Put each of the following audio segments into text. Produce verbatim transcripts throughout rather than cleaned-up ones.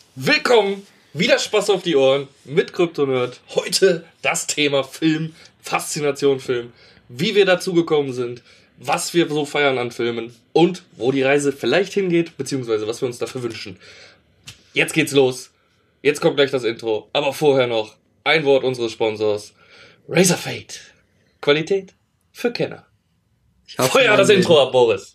Willkommen, wieder Spaß auf die Ohren mit Kryptonerd. Heute das Thema Film, Faszination Film, wie wir dazu gekommen sind, was wir so feiern an Filmen und wo die Reise vielleicht hingeht, beziehungsweise was wir uns dafür wünschen. Jetzt geht's los. Jetzt kommt gleich das Intro, aber vorher noch ein Wort unseres Sponsors. Razorfade. Qualität für Kenner. Feuer das Intro ab, Boris.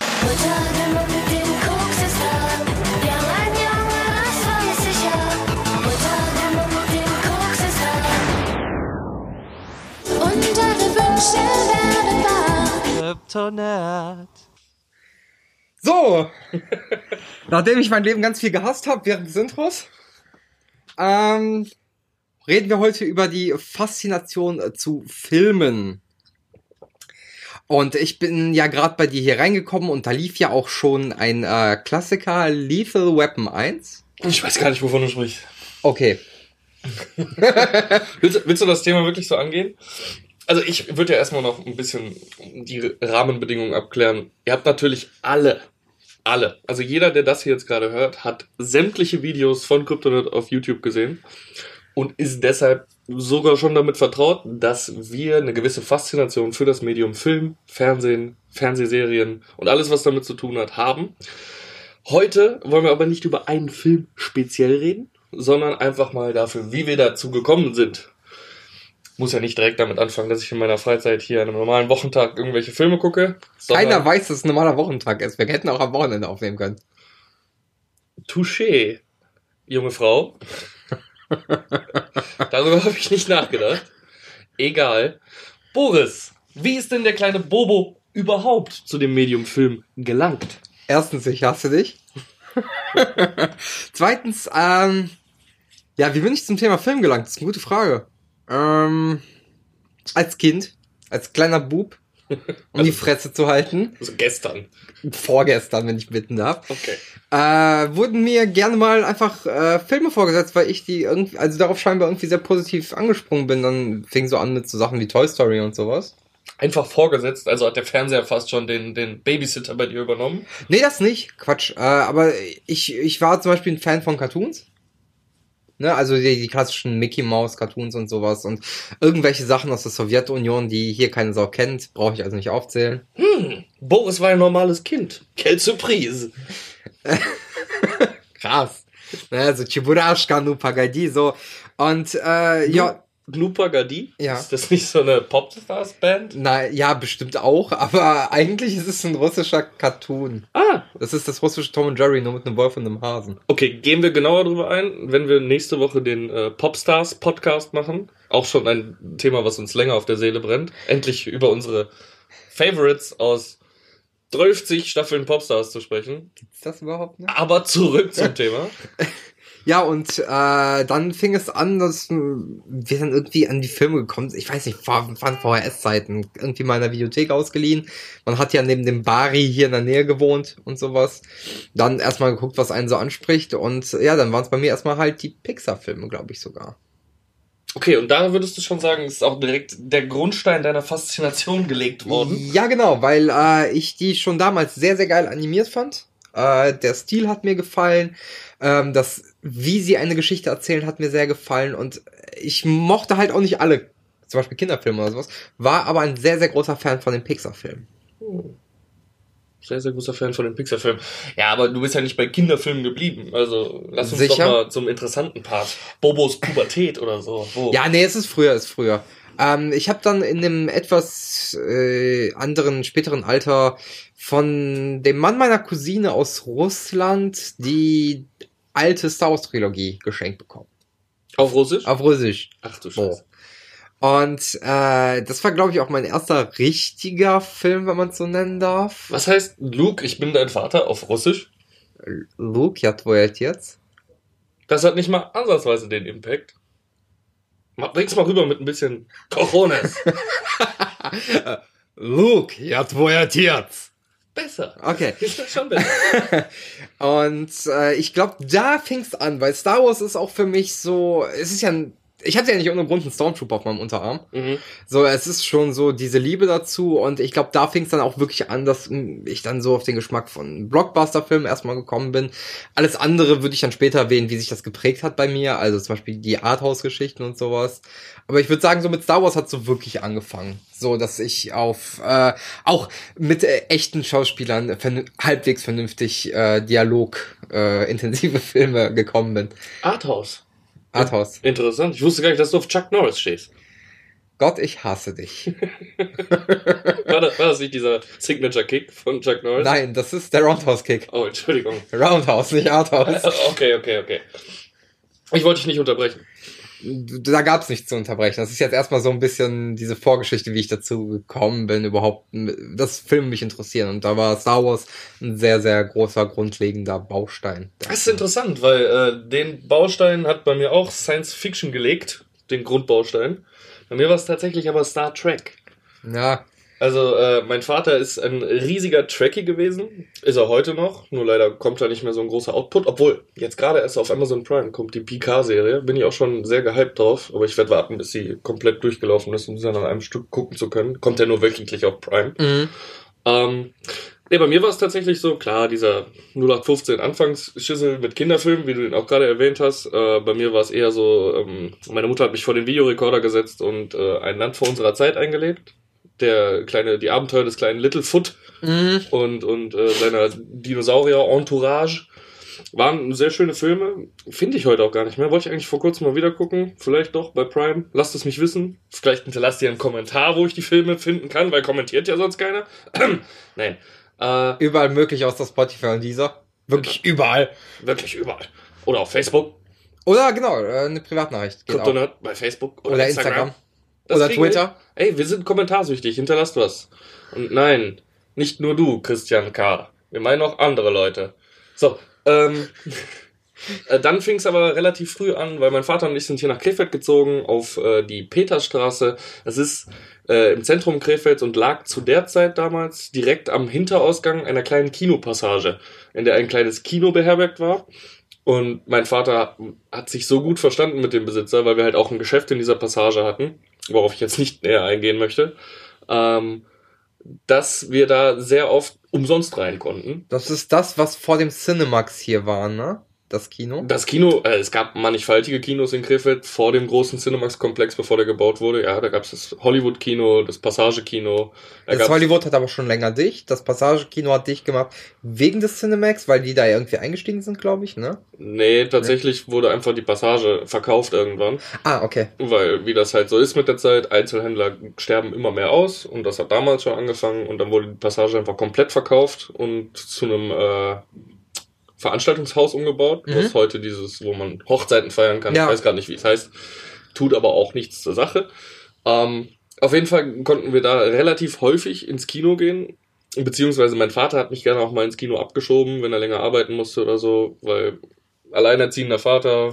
So, nachdem ich mein Leben ganz viel gehasst habe während des Intros, ähm, reden wir heute über die Faszination äh, zu Filmen. Und ich bin ja gerade bei dir hier reingekommen und da lief ja auch schon ein äh, Klassiker, Lethal Weapon eins. Ich weiß gar nicht, wovon du sprichst. Okay. willst, willst du das Thema wirklich so angehen? Also ich würde ja erstmal noch ein bisschen die Rahmenbedingungen abklären. Ihr habt natürlich alle, alle, also jeder, der das hier jetzt gerade hört, hat sämtliche Videos von Kryptonerd auf YouTube gesehen und ist deshalb sogar schon damit vertraut, dass wir eine gewisse Faszination für das Medium Film, Fernsehen, Fernsehserien und alles, was damit zu tun hat, haben. Heute wollen wir aber nicht über einen Film speziell reden, sondern einfach mal dafür, wie wir dazu gekommen sind. Muss ja nicht direkt damit anfangen, dass ich in meiner Freizeit hier an einem normalen Wochentag irgendwelche Filme gucke. Keiner weiß, dass es ein normaler Wochentag ist. Wir hätten auch am Wochenende aufnehmen können. Touché, junge Frau. Darüber habe ich nicht nachgedacht. Egal. Boris, wie ist denn der kleine Bobo überhaupt zu dem Medium Film gelangt? Erstens, ich hasse dich. Zweitens, ähm, ja, wie bin ich zum Thema Film gelangt? Das ist eine gute Frage. Ähm, als Kind, als kleiner Bub, um die Fresse zu halten. Also gestern. Vorgestern, wenn ich bitten darf. Okay. Äh, wurden mir gerne mal einfach äh, Filme vorgesetzt, weil ich die irgendwie, also darauf scheinbar irgendwie sehr positiv angesprungen bin. Dann fing so an mit so Sachen wie Toy Story und sowas. Einfach vorgesetzt, also hat der Fernseher fast schon den, den Babysitter bei dir übernommen? Nee, das nicht, Quatsch. Äh, aber ich, ich war zum Beispiel ein Fan von Cartoons. Ne, also die, die klassischen Mickey Mouse Cartoons und sowas und irgendwelche Sachen aus der Sowjetunion, die hier keine Sau kennt, brauche ich also nicht aufzählen. Hm, Boris war ein normales Kind. Quelle Surprise. Krass. Ne, also Chiburashka, Nu Pagadi, so. Und äh, Nu, ja. Nu Pagadi? Ja. Ist das nicht so eine Popstars-Band? Na, ja, bestimmt auch, aber eigentlich ist es ein russischer Cartoon. Ah. Das ist das russische Tom und Jerry, nur mit einem Wolf und einem Hasen. Okay, gehen wir genauer drüber ein, wenn wir nächste Woche den äh, Popstars-Podcast machen. Auch schon ein Thema, was uns länger auf der Seele brennt. Endlich über unsere Favorites aus dreißig Staffeln Popstars zu sprechen. Gibt's das überhaupt noch? Aber zurück zum Thema. Ja, und äh, dann fing es an, dass wir dann irgendwie an die Filme gekommen sind. Ich weiß nicht, waren V H S-Zeiten. Irgendwie mal in der Videothek ausgeliehen. Man hat ja neben dem Bari hier in der Nähe gewohnt und sowas. Dann erstmal geguckt, was einen so anspricht. Und ja, dann waren es bei mir erstmal halt die Pixar-Filme, glaube ich sogar. Okay, und da würdest du schon sagen, ist auch direkt der Grundstein deiner Faszination gelegt worden? Ja, genau, weil äh, ich die schon damals sehr, sehr geil animiert fand. Äh, der Stil hat mir gefallen. Ähm, das, wie sie eine Geschichte erzählen, hat mir sehr gefallen. Und ich mochte halt auch nicht alle, zum Beispiel Kinderfilme oder sowas, war aber ein sehr, sehr großer Fan von den Pixar-Filmen. Hm. Sehr, sehr großer Fan von den Pixar-Filmen. Ja, aber du bist ja nicht bei Kinderfilmen geblieben. Also lass uns Sicher? doch mal zum interessanten Part. Bobos Pubertät oder so. Wo? Ja, nee, es ist früher, es ist früher. Ähm, ich habe dann in einem etwas äh, anderen, späteren Alter von dem Mann meiner Cousine aus Russland die alte Star Wars Trilogie geschenkt bekommen. Auf Russisch? Auf Russisch. Ach du Scheiße. Oh. Und äh, das war, glaube ich, auch mein erster richtiger Film, wenn man es so nennen darf. Was heißt Luke, ich bin dein Vater auf Russisch? Luke, ja, твой отец. Das hat nicht mal ansatzweise den Impact. Bring's mal rüber mit ein bisschen Cojones. Luke, ja, твой отец. Besser. Okay. Ist das schon besser. Und äh, ich glaube, da fing's an, weil Star Wars ist auch für mich so, es ist ja ein ich hatte ja nicht ohne Grund einen Stormtrooper auf meinem Unterarm. Mhm. So, es ist schon so diese Liebe dazu und ich glaube, da fing es dann auch wirklich an, dass ich dann so auf den Geschmack von Blockbuster-Filmen erstmal gekommen bin. Alles andere würde ich dann später erwähnen, wie sich das geprägt hat bei mir, also zum Beispiel die Arthouse-Geschichten und sowas. Aber ich würde sagen, so mit Star Wars hat so wirklich angefangen. So, dass ich auf, äh, auch mit äh, echten Schauspielern vern- halbwegs vernünftig äh, Dialog, äh, intensive Filme gekommen bin. Arthouse. Arthouse. Interessant. Ich wusste gar nicht, dass du auf Chuck Norris stehst. Gott, ich hasse dich. War das, war das nicht dieser Signature-Kick von Chuck Norris? Nein, das ist der Roundhouse-Kick. Oh, Entschuldigung. Roundhouse, nicht Arthouse. Okay, okay, okay. Ich wollte dich nicht unterbrechen. Da gab's nichts zu unterbrechen. Das ist jetzt erstmal so ein bisschen diese Vorgeschichte, wie ich dazu gekommen bin, überhaupt, dass Filme mich interessieren. Und da war Star Wars ein sehr, sehr großer, grundlegender Baustein. Das ist interessant, weil äh, den Baustein hat bei mir auch Science Fiction gelegt, den Grundbaustein. Bei mir war es tatsächlich aber Star Trek. Ja. Also äh, mein Vater ist ein riesiger Trekkie gewesen, ist er heute noch, nur leider kommt da nicht mehr so ein großer Output, obwohl jetzt gerade erst auf Amazon Prime kommt die P K-Serie, bin ich auch schon sehr gehypt drauf, aber ich werde warten, bis sie komplett durchgelaufen ist, um sie dann an einem Stück gucken zu können. Kommt ja nur wöchentlich auf Prime. Mhm. Ähm, nee, bei mir war es tatsächlich so, klar, dieser null acht fünfzehn Anfangsschüssel mit Kinderfilmen, wie du ihn auch gerade erwähnt hast. Äh, bei mir war es eher so, ähm, meine Mutter hat mich vor den Videorekorder gesetzt und äh, ein Land vor unserer Zeit eingelebt. Der kleine, die Abenteuer des kleinen Littlefoot Mhm. und, und äh, seiner Dinosaurier-Entourage. Waren sehr schöne Filme. Finde ich heute auch gar nicht mehr. Wollte ich eigentlich vor kurzem mal wieder gucken. Vielleicht doch bei Prime. Lasst es mich wissen. Vielleicht hinterlasst ihr einen Kommentar, wo ich die Filme finden kann, weil kommentiert ja sonst keiner. Nein. Äh, Überall möglich außer Spotify und dieser. Wirklich überall. wirklich überall. Oder auf Facebook. Oder genau, äh, eine Privatnachricht. Geht auch. Kryptonerd bei Facebook. Oder, Oder Instagram. Instagram. Das Oder kriegen wir Twitter. hin. Ey, wir sind kommentarsüchtig. Hinterlasst was. Und nein, nicht nur du, Christian K. Wir meinen auch andere Leute. So, ähm... Äh, Dann fing es aber relativ früh an, weil mein Vater und ich sind hier nach Krefeld gezogen, auf äh, die Peterstraße. Das ist äh, im Zentrum Krefelds und lag zu der Zeit damals direkt am Hinterausgang einer kleinen Kinopassage, in der ein kleines Kino beherbergt war. Und mein Vater hat sich so gut verstanden mit dem Besitzer, weil wir halt auch ein Geschäft in dieser Passage hatten, worauf ich jetzt nicht näher eingehen möchte, ähm, dass wir da sehr oft umsonst rein konnten. Das ist das, was vor dem Cinemax hier war, ne? Das Kino. Das Kino, äh, es gab mannigfaltige Kinos in Krefeld vor dem großen Cinemax-Komplex, bevor der gebaut wurde. Ja, da gab es das Hollywood-Kino, das Passage-Kino. Da Das gab's- Hollywood hat aber schon länger dicht. Das Passage-Kino hat dicht gemacht wegen des Cinemax, weil die da irgendwie eingestiegen sind, glaube ich, ne? Nee, tatsächlich wurde einfach die Passage verkauft irgendwann. Ah, okay. Weil, wie das halt so ist mit der Zeit, Einzelhändler sterben immer mehr aus. Und das hat damals schon angefangen. Und dann wurde die Passage einfach komplett verkauft und zu einem äh, Veranstaltungshaus umgebaut, Mhm. was heute dieses, wo man Hochzeiten feiern kann. Ja. Ich weiß gerade nicht, wie es heißt. Tut aber auch nichts zur Sache. Ähm, auf jeden Fall konnten wir da relativ häufig ins Kino gehen. Beziehungsweise mein Vater hat mich gerne auch mal ins Kino abgeschoben, wenn er länger arbeiten musste oder so, weil alleinerziehender Vater,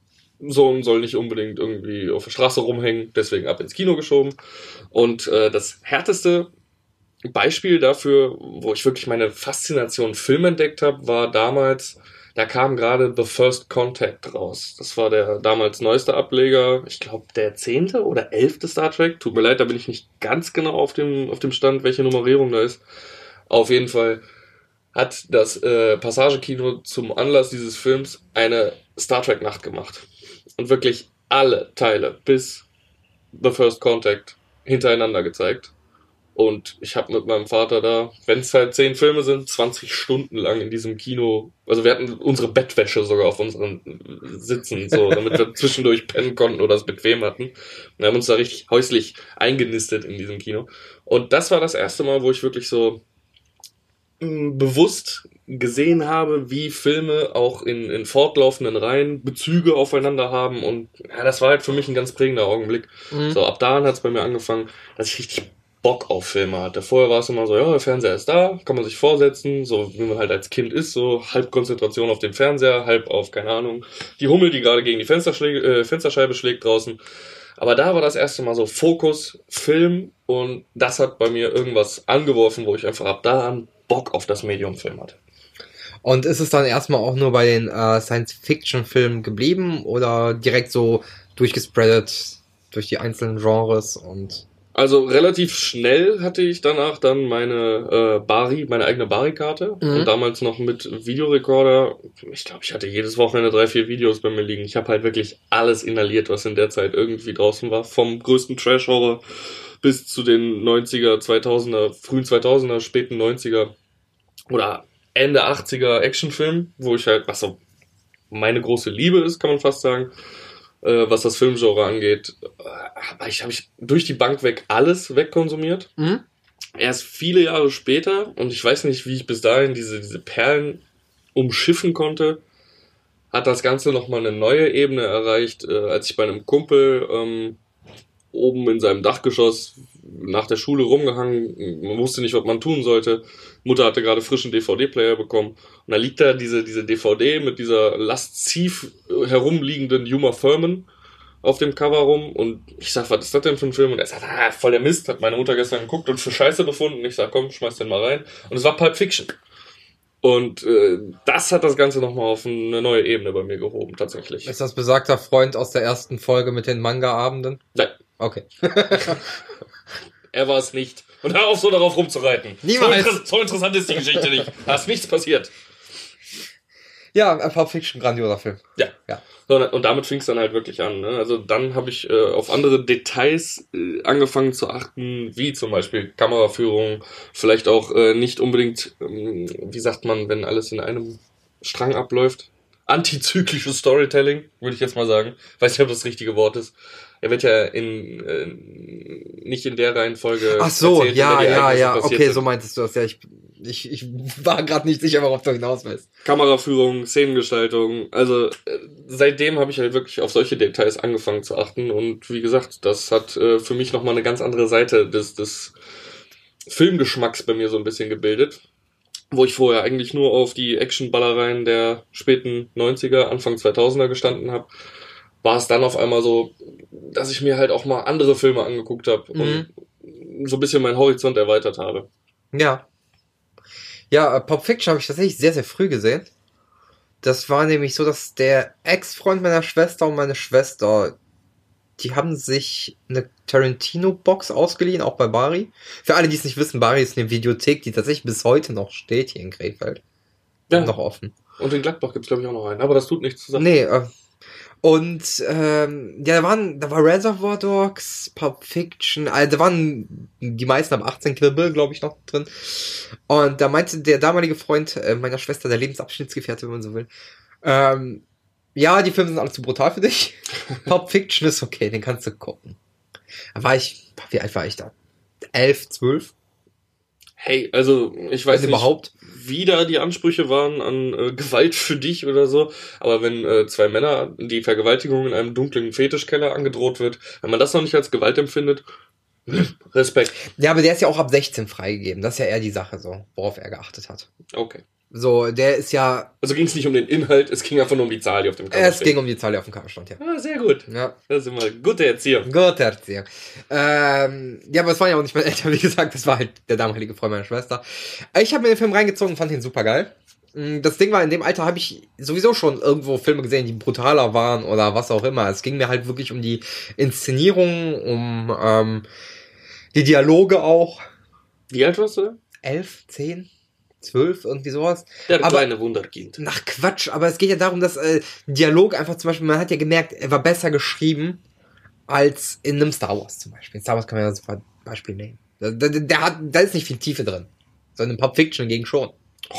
Sohn soll nicht unbedingt irgendwie auf der Straße rumhängen, deswegen ab ins Kino geschoben. Und äh, das härteste Beispiel dafür, wo ich wirklich meine Faszination Film entdeckt habe, war damals, da kam gerade The First Contact raus. Das war der damals neueste Ableger, ich glaube der zehnte oder elfte Star Trek. Tut mir leid, da bin ich nicht ganz genau auf dem, auf dem Stand, welche Nummerierung da ist. Auf jeden Fall hat das äh, Passagekino zum Anlass dieses Films eine Star Trek Nacht gemacht. Und wirklich alle Teile bis The First Contact hintereinander gezeigt. Und ich habe mit meinem Vater da, wenn es halt zehn Filme sind, zwanzig Stunden lang in diesem Kino, also wir hatten unsere Bettwäsche sogar auf unseren Sitzen, so, damit wir zwischendurch pennen konnten oder es bequem hatten. Wir haben uns da richtig häuslich eingenistet in diesem Kino. Und das war das erste Mal, wo ich wirklich so mh, bewusst gesehen habe, wie Filme auch in, in fortlaufenden Reihen Bezüge aufeinander haben. Und ja, das war halt für mich ein ganz prägender Augenblick. Mhm. So, ab da hat es bei mir angefangen, dass ich richtig Bock auf Filme hatte. Vorher war es immer so, ja, der Fernseher ist da, kann man sich vorsetzen, so wie man halt als Kind ist, so halb Konzentration auf den Fernseher, halb auf, keine Ahnung, die Hummel, die gerade gegen die Fensterschläge, äh, Fensterscheibe schlägt draußen. Aber da war das erste Mal so Fokus, Film, und das hat bei mir irgendwas angeworfen, wo ich einfach ab da an Bock auf das Medium Film hatte. Und ist es dann erstmal auch nur bei den äh, Science-Fiction-Filmen geblieben oder direkt so durchgespreadet durch die einzelnen Genres und... Also relativ schnell hatte ich danach dann meine äh, Bari, meine eigene Bari-Karte Mhm. und damals noch mit Videorekorder. Ich glaube, ich hatte jedes Wochenende drei, vier Videos bei mir liegen. Ich habe halt wirklich alles inhaliert, was in der Zeit irgendwie draußen war. Vom größten Trash-Horror bis zu den neunziger, zweitausender, frühen zweitausender, späten neunziger oder Ende achtziger Actionfilm, wo ich halt, was so meine große Liebe ist, kann man fast sagen, äh, was das Filmgenre angeht, habe ich, hab ich durch die Bank weg alles wegkonsumiert. Mhm. Erst viele Jahre später, und ich weiß nicht, wie ich bis dahin diese, diese Perlen umschiffen konnte, hat das Ganze nochmal eine neue Ebene erreicht, äh, als ich bei einem Kumpel ähm, oben in seinem Dachgeschoss nach der Schule rumgehangen, man wusste nicht, was man tun sollte. Mutter hatte gerade frischen D V D-Player bekommen. Und da liegt da diese, diese D V D mit dieser lasziv herumliegenden Uma Thurman auf dem Cover rum. Und ich sag, was ist das denn für ein Film? Und er sagt, ah, voll der Mist, hat meine Mutter gestern geguckt und für Scheiße befunden. Und ich sag, komm, schmeiß den mal rein. Und es war Pulp Fiction. Und äh, das hat das Ganze nochmal auf eine neue Ebene bei mir gehoben, tatsächlich. Ist das besagter Freund aus der ersten Folge mit den Manga-Abenden? Nein. Okay. Er war es nicht. Und hör auf, so darauf rumzureiten. Niemals. So, inter- so interessant ist die Geschichte nicht. Da ist nichts passiert. Ja, ein Pulp Fiction, grandioser Film. Ja. Ja. So, und damit fing es dann halt wirklich an. Ne? Also dann habe ich äh, auf andere Details äh, angefangen zu achten, wie zum Beispiel Kameraführung, vielleicht auch äh, nicht unbedingt, ähm, wie sagt man, wenn alles in einem Strang abläuft. Antizyklisches Storytelling, würde ich jetzt mal sagen. Weiß nicht, ob das das richtige Wort ist. Er wird ja in äh, nicht in der Reihenfolge. Ach so, erzählt, ja, in der die ja, Ereignisse ja, passiert okay, sind. so meintest du das. Ja, ich, ich, ich war gerade nicht sicher, worauf du hinaus willst. Kameraführung, Szenengestaltung, also äh, seitdem habe ich halt wirklich auf solche Details angefangen zu achten und wie gesagt, das hat äh, für mich nochmal eine ganz andere Seite des, des Filmgeschmacks bei mir so ein bisschen gebildet, wo ich vorher eigentlich nur auf die Actionballereien der späten neunziger, Anfang zweitausender gestanden habe, war es dann auf einmal so, dass ich mir halt auch mal andere Filme angeguckt habe Mhm. und so ein bisschen meinen Horizont erweitert habe. Ja. Ja, äh, Pulp Fiction habe ich tatsächlich sehr, sehr früh gesehen. Das war nämlich so, dass der Ex-Freund meiner Schwester und meine Schwester, die haben sich eine Tarantino-Box ausgeliehen, auch bei Bari. Für alle, die es nicht wissen, Bari ist eine Videothek, die tatsächlich bis heute noch steht hier in Krefeld. Ja. Noch offen. Und in Gladbach gibt's glaube ich auch noch einen, aber das tut nichts zusammen. Nee, äh, und ähm, ja, da waren, da war Reservoir Dogs, Pulp Fiction, also da waren die meisten ab achtzehn, Kill Bill, glaube ich, noch drin. Und da meinte der damalige Freund äh, meiner Schwester, der Lebensabschnittsgefährte, wenn man so will, ähm, ja, die Filme sind alle zu brutal für dich. Pulp Fiction ist okay, den kannst du gucken. Da war ich, wie alt war ich da? Elf, zwölf? Hey, also ich weiß Wenn nicht, überhaupt. wie da die Ansprüche waren an äh, Gewalt für dich oder so, aber wenn äh, zwei Männer die Vergewaltigung in einem dunklen Fetischkeller angedroht wird, wenn man das noch nicht als Gewalt empfindet, Respekt. Ja, aber der ist ja auch ab sechzehn freigegeben. Das ist ja eher die Sache so, worauf er geachtet hat. Okay. So, der ist ja, Also ging es nicht um den Inhalt, es ging einfach nur um die Zahl, die auf dem Cover es steht. ging um die Zahl, die auf dem Cover stand, ja. Ah, sehr gut. Ja, Das ist immer gute Erziehung. gute Erziehung. Ähm, ja, aber es waren ja auch nicht meine Eltern, wie gesagt, das war halt der damalige Freund meiner Schwester. Ich habe mir den Film reingezogen und fand ihn super geil. Das Ding war, in dem Alter habe ich sowieso schon irgendwo Filme gesehen, die brutaler waren oder was auch immer. Es ging mir halt wirklich um die Inszenierung, um ähm, die Dialoge auch. Wie alt warst du? Elf, zehn, zwölf, irgendwie sowas. Der Aber- kleine Wunderkind. Nach Quatsch, aber es geht ja darum, dass äh, Dialog einfach zum Beispiel, man hat ja gemerkt, er war besser geschrieben als in einem Star Wars zum Beispiel. In Star Wars kann man ja super Beispiel nehmen. Da, da, der hat, da ist nicht viel Tiefe drin. Sondern in Pulp Fiction hingegen schon.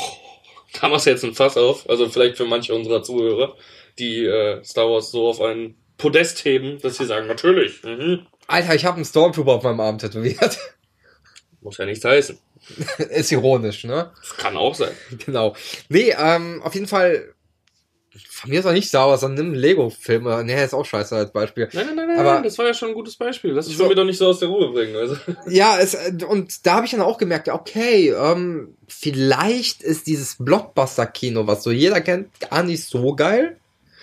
Da machst du jetzt ein Fass auf, also vielleicht für manche unserer Zuhörer, die äh, Star Wars so auf ein Podest heben, dass sie sagen, natürlich, mhm. Alter, ich habe einen Stormtrooper auf meinem Arm tätowiert. Muss ja nichts heißen. Ist ironisch, ne? Das kann auch sein. Genau. Nee, ähm, auf jeden Fall, von mir ist auch nicht Star Wars, sondern nimm Lego-Filme. Nee, ist auch scheiße als Beispiel. Nein, nein, nein, nein, Aber- das war ja schon ein gutes Beispiel. Lass dich So. von mir doch nicht so aus der Ruhe bringen. Also. Ja, es, und da habe ich dann auch gemerkt, ja, okay, ähm, vielleicht ist dieses Blockbuster-Kino, was so jeder kennt, gar nicht so geil.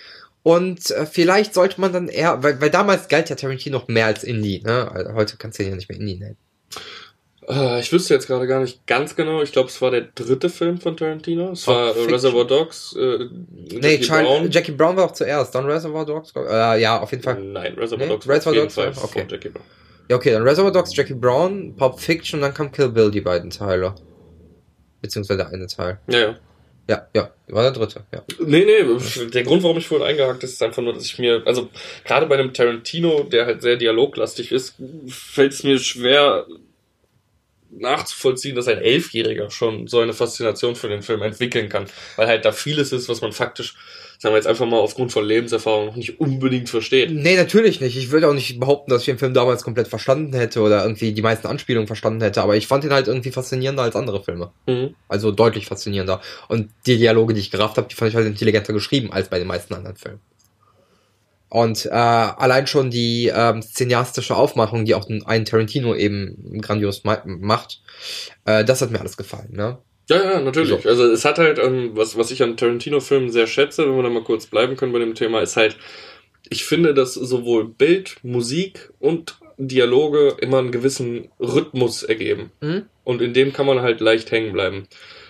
Und äh, vielleicht sollte man dann eher, weil, weil damals galt ja Tarantino noch mehr als Indie, ne? Also heute kannst du ihn ja nicht mehr Indie nennen. Äh, ich wüsste jetzt gerade gar nicht ganz genau. Ich glaube, es war der dritte Film von Tarantino. Es war äh, Reservoir Dogs. Äh, nee, Jackie Child, Brown. Jackie Brown war auch zuerst, dann Reservoir Dogs. Äh, ja, auf jeden Fall. Nein, Reservoir nee? Dogs war Reservoir auf jeden Dogs, Fall okay. von Jackie Brown. Ja, okay, dann Reservoir Dogs, Jackie Brown, Pulp Fiction und dann kam Kill Bill, die beiden Teile. Beziehungsweise der eine Teil. Ja, ja. Ja, ja, war der dritte, ja. Nee, nee, der Grund, warum ich vorhin eingehakt ist, ist einfach nur, dass ich mir, also gerade bei einem Tarantino, der halt sehr dialoglastig ist, fällt es mir schwer nachzuvollziehen, dass ein Elfjähriger schon so eine Faszination für den Film entwickeln kann. Weil halt da vieles ist, was man faktisch, sagen wir jetzt einfach mal aufgrund von Lebenserfahrung noch nicht unbedingt versteht. Nee, natürlich nicht. Ich würde auch nicht behaupten, dass ich den Film damals komplett verstanden hätte oder irgendwie die meisten Anspielungen verstanden hätte, aber ich fand ihn halt irgendwie faszinierender als andere Filme. Mhm. Also deutlich faszinierender. Und die Dialoge, die ich gerafft habe, die fand ich halt intelligenter geschrieben als bei den meisten anderen Filmen. Und äh, allein schon die ähm, cineastische Aufmachung, die auch ein Tarantino eben grandios ma- macht, äh, das hat mir alles gefallen, ne? Ja, ja, natürlich. So. Also es hat halt, ähm, was, was ich an Tarantino-Filmen sehr schätze, wenn wir da mal kurz bleiben können bei dem Thema, ist halt, ich finde, dass sowohl Bild, Musik und Dialoge immer einen gewissen Rhythmus ergeben. Mhm. Und in dem kann man halt leicht hängen bleiben.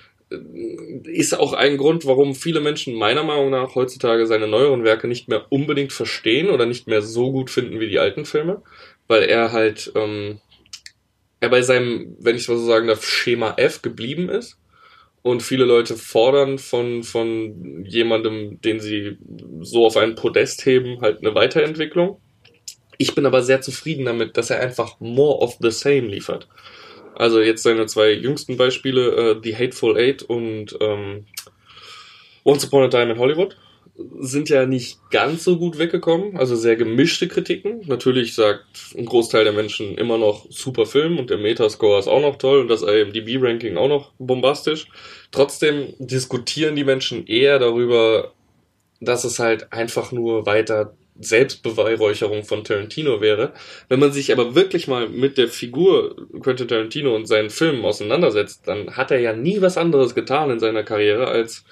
Ist auch ein Grund, warum viele Menschen meiner Meinung nach heutzutage seine neueren Werke nicht mehr unbedingt verstehen oder nicht mehr so gut finden wie die alten Filme, weil er halt ähm, er bei seinem, wenn ich so sagen darf, Schema F geblieben ist und viele Leute fordern von von jemandem, den sie so auf einen Podest heben, halt eine Weiterentwicklung. Ich bin aber sehr zufrieden damit, dass er einfach more of the same liefert. Also jetzt seine zwei jüngsten Beispiele, uh, The Hateful Eight und ähm, Once Upon a Time in Hollywood, sind ja nicht ganz so gut weggekommen, also sehr gemischte Kritiken. Natürlich sagt ein Großteil der Menschen immer noch super Film und der Metascore ist auch noch toll und das I M D B-Ranking auch noch bombastisch. Trotzdem diskutieren die Menschen eher darüber, dass es halt einfach nur weiter Selbstbeweihräucherung von Tarantino wäre. Wenn man sich aber wirklich mal mit der Figur Quentin Tarantino und seinen Filmen auseinandersetzt, dann hat er ja nie was anderes getan in seiner Karriere, als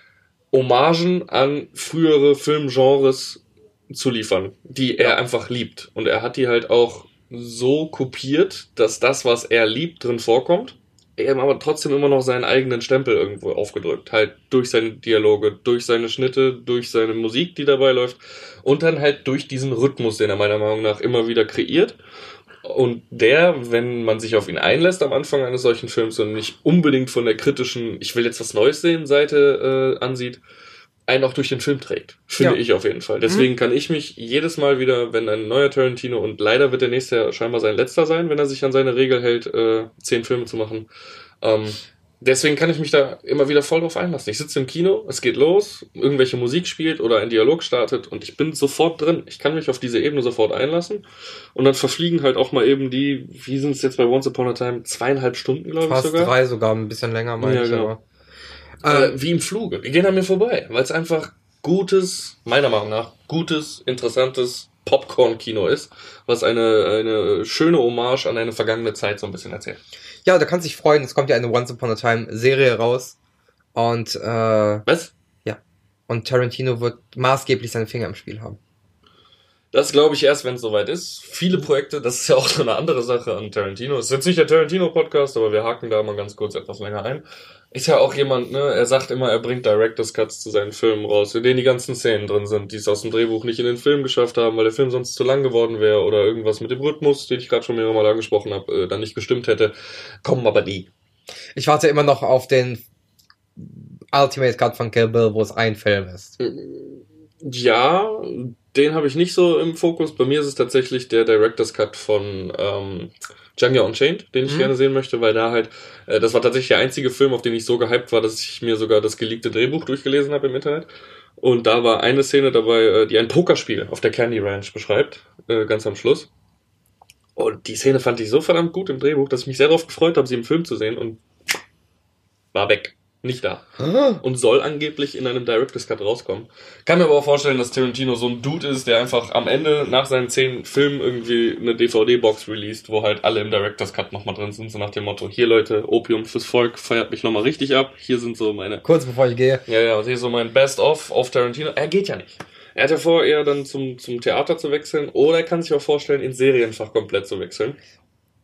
Hommagen an frühere Filmgenres zu liefern, die er einfach liebt. Und er hat die halt auch so kopiert, dass das, was er liebt, drin vorkommt. Er aber trotzdem immer noch seinen eigenen Stempel irgendwo aufgedrückt. Halt durch seine Dialoge, durch seine Schnitte, durch seine Musik, die dabei läuft. Und dann halt durch diesen Rhythmus, den er meiner Meinung nach immer wieder kreiert. Und der, wenn man sich auf ihn einlässt am Anfang eines solchen Films und nicht unbedingt von der kritischen, ich will jetzt was Neues sehen, Seite äh, ansieht, einen auch durch den Film trägt. Finde Ja. ich auf jeden Fall. Deswegen mhm. kann ich mich jedes Mal wieder, wenn ein neuer Tarantino, und leider wird der nächste ja scheinbar sein letzter sein, wenn er sich an seine Regel hält, äh, zehn Filme zu machen, ähm, deswegen kann ich mich da immer wieder voll drauf einlassen. Ich sitze im Kino, es geht los, irgendwelche Musik spielt oder ein Dialog startet und ich bin sofort drin. Ich kann mich auf diese Ebene sofort einlassen und dann verfliegen halt auch mal eben die, wie sind es jetzt bei Once Upon a Time, zweieinhalb Stunden, glaube ich Fast sogar. drei sogar, ein bisschen länger, meine ja, ich. Genau. Aber. Äh, wie im Fluge. Die gehen an mir vorbei, weil es einfach gutes, meiner Meinung nach, gutes, interessantes Popcorn-Kino ist, was eine, eine schöne Hommage an eine vergangene Zeit so ein bisschen erzählt. Ja, da kannst dich freuen, es kommt ja eine Once Upon a Time Serie raus und äh, was? Ja. Und Tarantino wird maßgeblich seine Finger im Spiel haben. Das glaube ich erst, wenn es soweit ist. Viele Projekte, das ist ja auch so eine andere Sache an Tarantino. Es ist jetzt nicht der Tarantino-Podcast, aber wir haken da mal ganz kurz etwas länger ein. Ist ja auch jemand, ne, er sagt immer, er bringt Director's Cuts zu seinen Filmen raus, in denen die ganzen Szenen drin sind, die es aus dem Drehbuch nicht in den Film geschafft haben, weil der Film sonst zu lang geworden wäre oder irgendwas mit dem Rhythmus, den ich gerade schon mehrere Mal angesprochen habe, äh, dann nicht gestimmt hätte. Kommen aber nie. Ich warte immer noch auf den Ultimate Cut von Kill Bill, wo es ein Film ist. Ja, den habe ich nicht so im Fokus. Bei mir ist es tatsächlich der Director's Cut von ähm, Django Unchained, den ich mhm. gerne sehen möchte, weil da halt, äh, das war tatsächlich der einzige Film, auf den ich so gehypt war, dass ich mir sogar das geleakte Drehbuch durchgelesen habe im Internet. Und da war eine Szene dabei, äh, die ein Pokerspiel auf der Candy Ranch beschreibt, äh, ganz am Schluss. Und die Szene fand ich so verdammt gut im Drehbuch, dass ich mich sehr darauf gefreut habe, sie im Film zu sehen und war weg. Nicht da. Und soll angeblich in einem Director's Cut rauskommen. Kann mir aber auch vorstellen, dass Tarantino so ein Dude ist, der einfach am Ende nach seinen zehn Filmen irgendwie eine D V D-Box released, wo halt alle im Director's Cut nochmal drin sind, so nach dem Motto, hier Leute, Opium fürs Volk, feiert mich nochmal richtig ab, hier sind so meine... Kurz bevor ich gehe. Ja, ja, hier ist so mein Best-of auf Tarantino. Er geht ja nicht. Er hat ja vor, eher dann zum, zum Theater zu wechseln, oder er kann sich auch vorstellen, ins Serienfach komplett zu wechseln.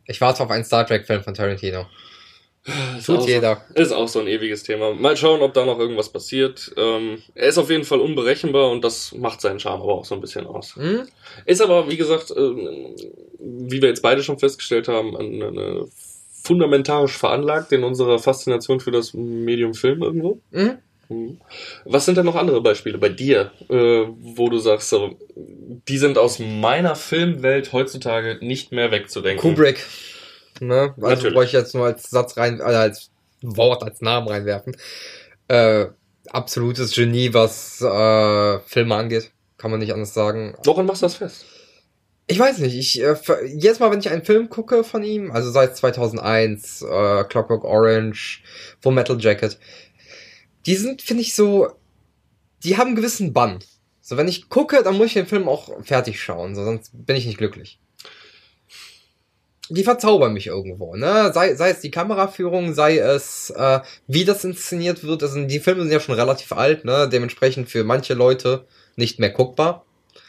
Ich warte auf einen Star Trek-Film von Tarantino. Ist Tut auch jeder. So, ist auch so ein ewiges Thema. Mal schauen, ob da noch irgendwas passiert. Ähm, er ist auf jeden Fall unberechenbar und das macht seinen Charme aber auch so ein bisschen aus. Hm? Ist aber, wie gesagt, äh, wie wir jetzt beide schon festgestellt haben, eine, eine fundamentalisch veranlagt in unserer Faszination für das Medium Film irgendwo. Hm? Mhm. Was sind denn noch andere Beispiele bei dir, äh, wo du sagst, so, die sind aus meiner Filmwelt heutzutage nicht mehr wegzudenken? Kubrick. Ne? Also Natürlich. wollte ich jetzt nur als Satz rein, also als Wort, als Namen reinwerfen. Äh, absolutes Genie, was äh, Filme angeht. Kann man nicht anders sagen. Woran machst du das fest? Ich weiß nicht, ich äh, jedes Mal, wenn ich einen Film gucke von ihm, also seit zweitausendeins, äh, Clockwork Orange, Full Metal Jacket, die sind, finde ich, so, die haben einen gewissen Bann. So, wenn ich gucke, dann muss ich den Film auch fertig schauen, so, sonst bin ich nicht glücklich. Die verzaubern mich irgendwo, ne? Sei, sei es die Kameraführung, sei es, äh, wie das inszeniert wird. Also die Filme sind ja schon relativ alt, ne? Dementsprechend für manche Leute nicht mehr guckbar.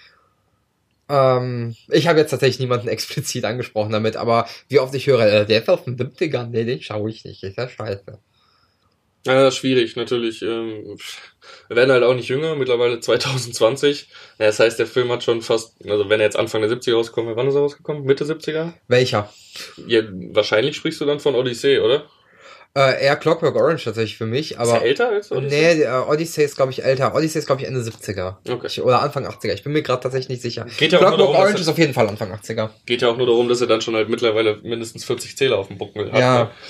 Ähm, ich habe jetzt tatsächlich niemanden explizit angesprochen damit, aber wie oft ich höre, äh, der ist auf den siebzigern, nee, den schaue ich nicht, ist ja scheiße. Ja, schwierig, natürlich. Ähm, wir werden halt auch nicht jünger, mittlerweile zwanzig zwanzig. Ja, das heißt, der Film hat schon fast, also wenn er jetzt Anfang der siebziger rauskommt, wann ist er rausgekommen? Mitte siebziger? Welcher? Ja, wahrscheinlich sprichst du dann von Odyssey, oder? Äh, eher Clockwork Orange tatsächlich für mich, aber... Ist er älter als Odyssey? Nee, äh, Odyssey ist, glaube ich, älter. Odyssey ist, glaube ich, Ende siebziger. Okay. Ich, oder Anfang achtziger. Ich bin mir gerade tatsächlich nicht sicher. Geht ja auch nur Clockwork darum, Orange dass ist auf jeden Fall Anfang achtziger. Geht ja auch nur darum, dass er dann schon halt mittlerweile mindestens vierzig Zähler auf dem Buckel hat. Ja. Ne?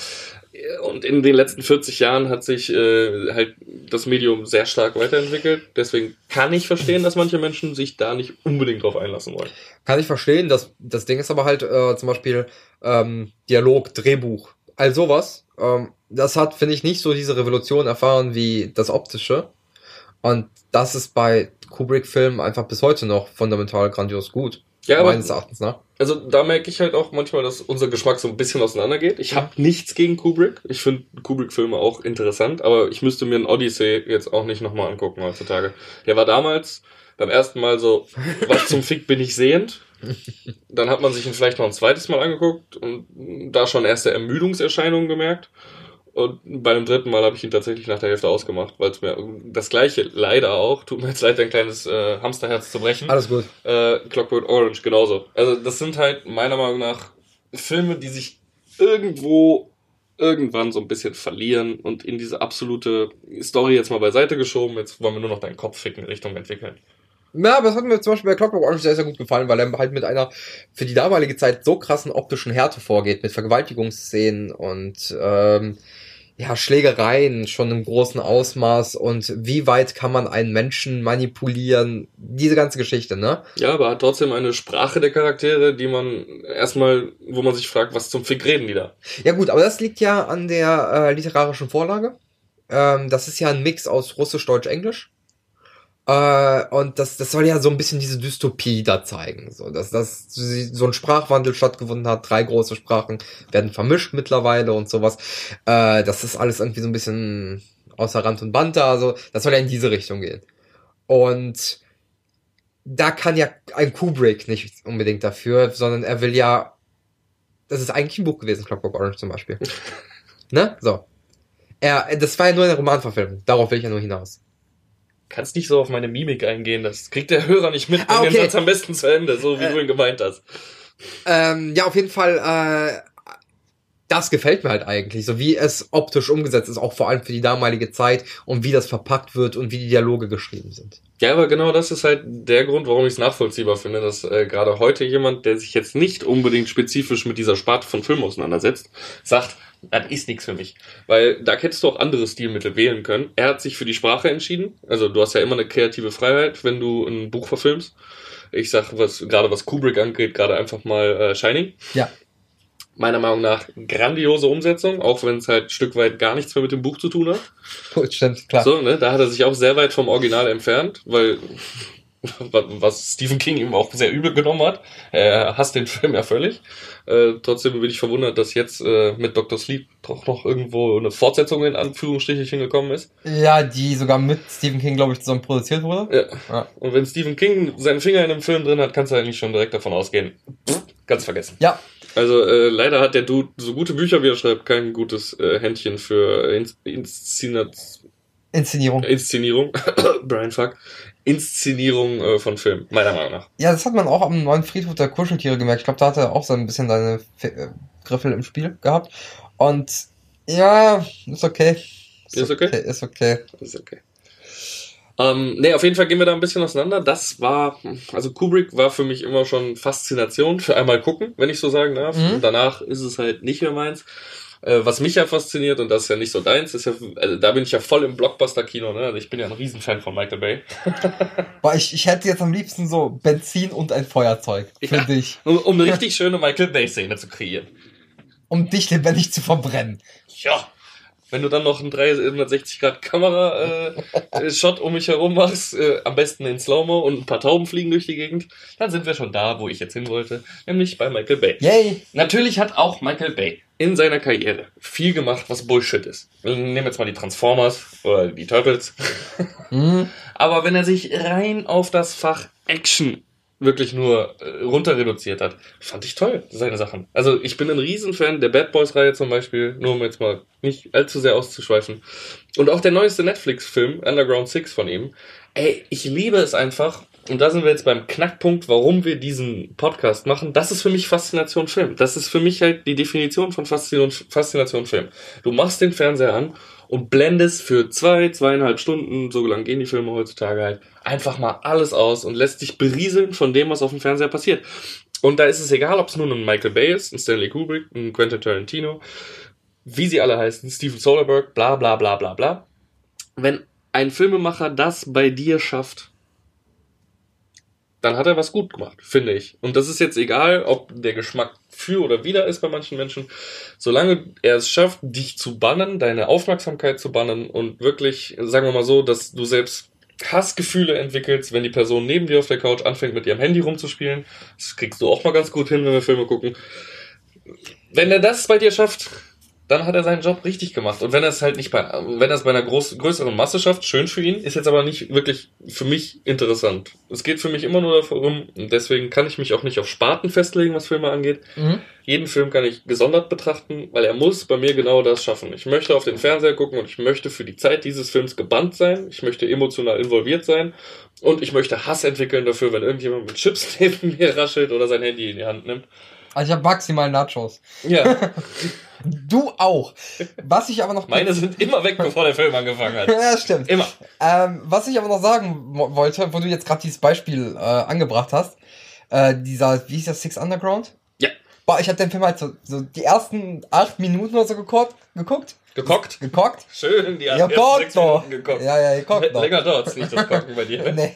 Und in den letzten vierzig Jahren hat sich äh, halt das Medium sehr stark weiterentwickelt. Deswegen kann ich verstehen, dass manche Menschen sich da nicht unbedingt drauf einlassen wollen. Kann ich verstehen. Das, das Ding ist aber halt äh, zum Beispiel ähm, Dialog, Drehbuch, all sowas. Ähm, das hat, finde ich, nicht so diese Revolution erfahren wie das Optische. Und das ist bei Kubrick-Filmen einfach bis heute noch fundamental grandios gut. Ja, aber meines Erachtens nach. Also da merke ich halt auch manchmal, dass unser Geschmack so ein bisschen auseinandergeht. Ich habe nichts gegen Kubrick. Ich finde Kubrick-Filme auch interessant, aber ich müsste mir einen Odyssey jetzt auch nicht nochmal angucken heutzutage. Der war damals beim ersten Mal so, was zum Fick bin ich sehend? Dann hat man sich ihn vielleicht noch ein zweites Mal angeguckt und da schon erste Ermüdungserscheinungen gemerkt. Und bei dem dritten Mal habe ich ihn tatsächlich nach der Hälfte ausgemacht, weil es mir das gleiche leider auch, tut mir jetzt leid, ein kleines äh, Hamsterherz zu brechen. Alles gut. Äh, Clockwork Orange genauso. Also das sind halt meiner Meinung nach Filme, die sich irgendwo irgendwann so ein bisschen verlieren und in diese absolute Story jetzt mal beiseite geschoben. Jetzt wollen wir nur noch deinen Kopf ficken Richtung entwickeln. Ja, aber das hat mir zum Beispiel bei Clockwork Orange sehr, sehr gut gefallen, weil er halt mit einer für die damalige Zeit so krassen optischen Härte vorgeht, mit Vergewaltigungsszenen und ähm, ja, Schlägereien schon im großen Ausmaß und wie weit kann man einen Menschen manipulieren, diese ganze Geschichte, ne? Ja, aber hat trotzdem eine Sprache der Charaktere, die man erstmal, wo man sich fragt, was zum Fick reden die da? Ja gut, aber das liegt ja an der äh, literarischen Vorlage. Ähm, das ist ja ein Mix aus Russisch, Deutsch, Englisch. Äh, und das, das soll ja so ein bisschen diese Dystopie da zeigen, so dass, dass so ein Sprachwandel stattgefunden hat, drei große Sprachen werden vermischt mittlerweile und sowas. Äh, das ist alles irgendwie so ein bisschen außer Rand und Band da, also das soll ja in diese Richtung gehen. Und da kann ja ein Kubrick nicht unbedingt dafür, sondern er will ja, das ist eigentlich ein Buch gewesen, Clockwork Orange zum Beispiel. Ne? So. Er, das war ja nur eine Romanverfilmung, darauf will ich ja nur hinaus. Kannst nicht so auf meine Mimik eingehen, das kriegt der Hörer nicht mit. Bring Ah, okay. den Satz am besten zu Ende, so wie Äh. du ihn gemeint hast. Ähm, ja, auf jeden Fall, äh, das gefällt mir halt eigentlich, so wie es optisch umgesetzt ist, auch vor allem für die damalige Zeit und wie das verpackt wird und wie die Dialoge geschrieben sind. Ja, aber genau das ist halt der Grund, warum ich es nachvollziehbar finde, dass äh, gerade heute jemand, der sich jetzt nicht unbedingt spezifisch mit dieser Sparte von Film auseinandersetzt, sagt, das ist nichts für mich. Weil da hättest du auch andere Stilmittel wählen können. Er hat sich für die Sprache entschieden. Also du hast ja immer eine kreative Freiheit, wenn du ein Buch verfilmst. Ich sag, was gerade was Kubrick angeht, gerade einfach mal äh, Shining. Ja. Meiner Meinung nach grandiose Umsetzung, auch wenn es halt ein Stück weit gar nichts mehr mit dem Buch zu tun hat. Gut, stimmt, klar. So, ne, da hat er sich auch sehr weit vom Original entfernt, weil was Stephen King ihm auch sehr übel genommen hat. Er hasst den Film ja völlig. Äh, trotzdem bin ich verwundert, dass jetzt äh, mit Doktor Sleep doch noch irgendwo eine Fortsetzung in Anführungsstrichen gekommen ist. Ja, die sogar mit Stephen King, glaube ich, zusammen produziert wurde. Ja. Ja. Und wenn Stephen King seinen Finger in einem Film drin hat, kannst du eigentlich schon direkt davon ausgehen. Pff, ganz vergessen. Ja, Also äh, leider hat der Dude, so gute Bücher wie er schreibt, kein gutes äh, Händchen für Ins- Inszena- Inszenierung. Inszenierung. Brian Fuck. Inszenierung äh, von Filmen, meiner Meinung nach. Ja, das hat man auch am neuen Friedhof der Kuscheltiere gemerkt. Ich glaube, da hat er auch so ein bisschen seine F- äh, Griffel im Spiel gehabt. Und ja, ist okay. Ist okay? Ist okay. Ist okay. Ähm, nee, auf jeden Fall gehen wir da ein bisschen auseinander. Das war, also Kubrick war für mich immer schon Faszination für einmal gucken, wenn ich so sagen darf. Mhm. Und danach ist es halt nicht mehr meins. Äh, was mich ja fasziniert, und das ist ja nicht so deins, ist ja, also da bin ich ja voll im Blockbuster-Kino, ne? Also ich bin ja ein Riesenfan von Michael Bay. Boah, ich, ich hätte jetzt am liebsten so Benzin und ein Feuerzeug für Ja, dich. Um, um eine richtig schöne Michael Bay-Szene zu kreieren. Um dich lebendig zu verbrennen. Ja. Wenn du dann noch einen dreihundertsechzig Grad Kamera-Shot um mich herum machst, äh, am besten in Slow-Mo und ein paar Tauben fliegen durch die Gegend, dann sind wir schon da, wo ich jetzt hin wollte, nämlich bei Michael Bay. Yay! Natürlich hat auch Michael Bay in seiner Karriere viel gemacht, was Bullshit ist. Wir nehmen jetzt mal die Transformers oder die Turtles. Mhm. Aber wenn er sich rein auf das Fach Action wirklich nur äh, runter reduziert hat, fand ich toll, seine Sachen. Also ich bin ein Riesenfan der Bad Boys-Reihe zum Beispiel, nur um jetzt mal nicht allzu sehr auszuschweifen. Und auch der neueste Netflix-Film, Underground Six von ihm. Ey, ich liebe es einfach. Und da sind wir jetzt beim Knackpunkt, warum wir diesen Podcast machen. Das ist für mich Faszination Film. Das ist für mich halt die Definition von Faszination, Faszination Film. Du machst den Fernseher an und blendest für zwei, zweieinhalb Stunden, so lang gehen die Filme heutzutage halt, einfach mal alles aus und lässt dich berieseln von dem, was auf dem Fernseher passiert. Und da ist es egal, ob es nun ein Michael Bay ist, ein Stanley Kubrick, ein Quentin Tarantino, wie sie alle heißen, Steven Soderbergh, bla bla bla bla bla. Wenn ein Filmemacher das bei dir schafft, dann hat er was gut gemacht, finde ich. Und das ist jetzt egal, ob der Geschmack für oder wider ist bei manchen Menschen. Solange er es schafft, dich zu bannen, deine Aufmerksamkeit zu bannen und wirklich, sagen wir mal so, dass du selbst Hassgefühle entwickelst, wenn die Person neben dir auf der Couch anfängt, mit ihrem Handy rumzuspielen. Das kriegst du auch mal ganz gut hin, wenn wir Filme gucken. Wenn er das bei dir schafft, dann hat er seinen Job richtig gemacht. Und wenn er es halt nicht bei, wenn er es bei einer groß, größeren Masse schafft, schön für ihn, ist jetzt aber nicht wirklich für mich interessant. Es geht für mich immer nur darum, und deswegen kann ich mich auch nicht auf Sparten festlegen, was Filme angeht. Mhm. Jeden Film kann ich gesondert betrachten, weil er muss bei mir genau das schaffen. Ich möchte auf den Fernseher gucken und ich möchte für die Zeit dieses Films gebannt sein. Ich möchte emotional involviert sein. Und ich möchte Hass entwickeln dafür, wenn irgendjemand mit Chips neben mir raschelt oder sein Handy in die Hand nimmt. Also ich habe maximal Nachos. Ja. Du auch. Was ich aber noch... Meine sind immer weg, bevor der Film angefangen hat. Ja, stimmt. Immer. Ähm, was ich aber noch sagen wo- wollte, wo du jetzt gerade dieses Beispiel äh, angebracht hast, äh, dieser, wie hieß das, Six Underground? Ja. Boah, ich habe den Film halt so, so die ersten acht Minuten oder so geguckt. geguckt. Gekocht? Gekocht? Schön, die Ja, ersten gekocht sechs doch. Minuten gekocht. Ja, ja, gekocht noch. Länger dauert's nicht, das Kochen bei dir. Nee.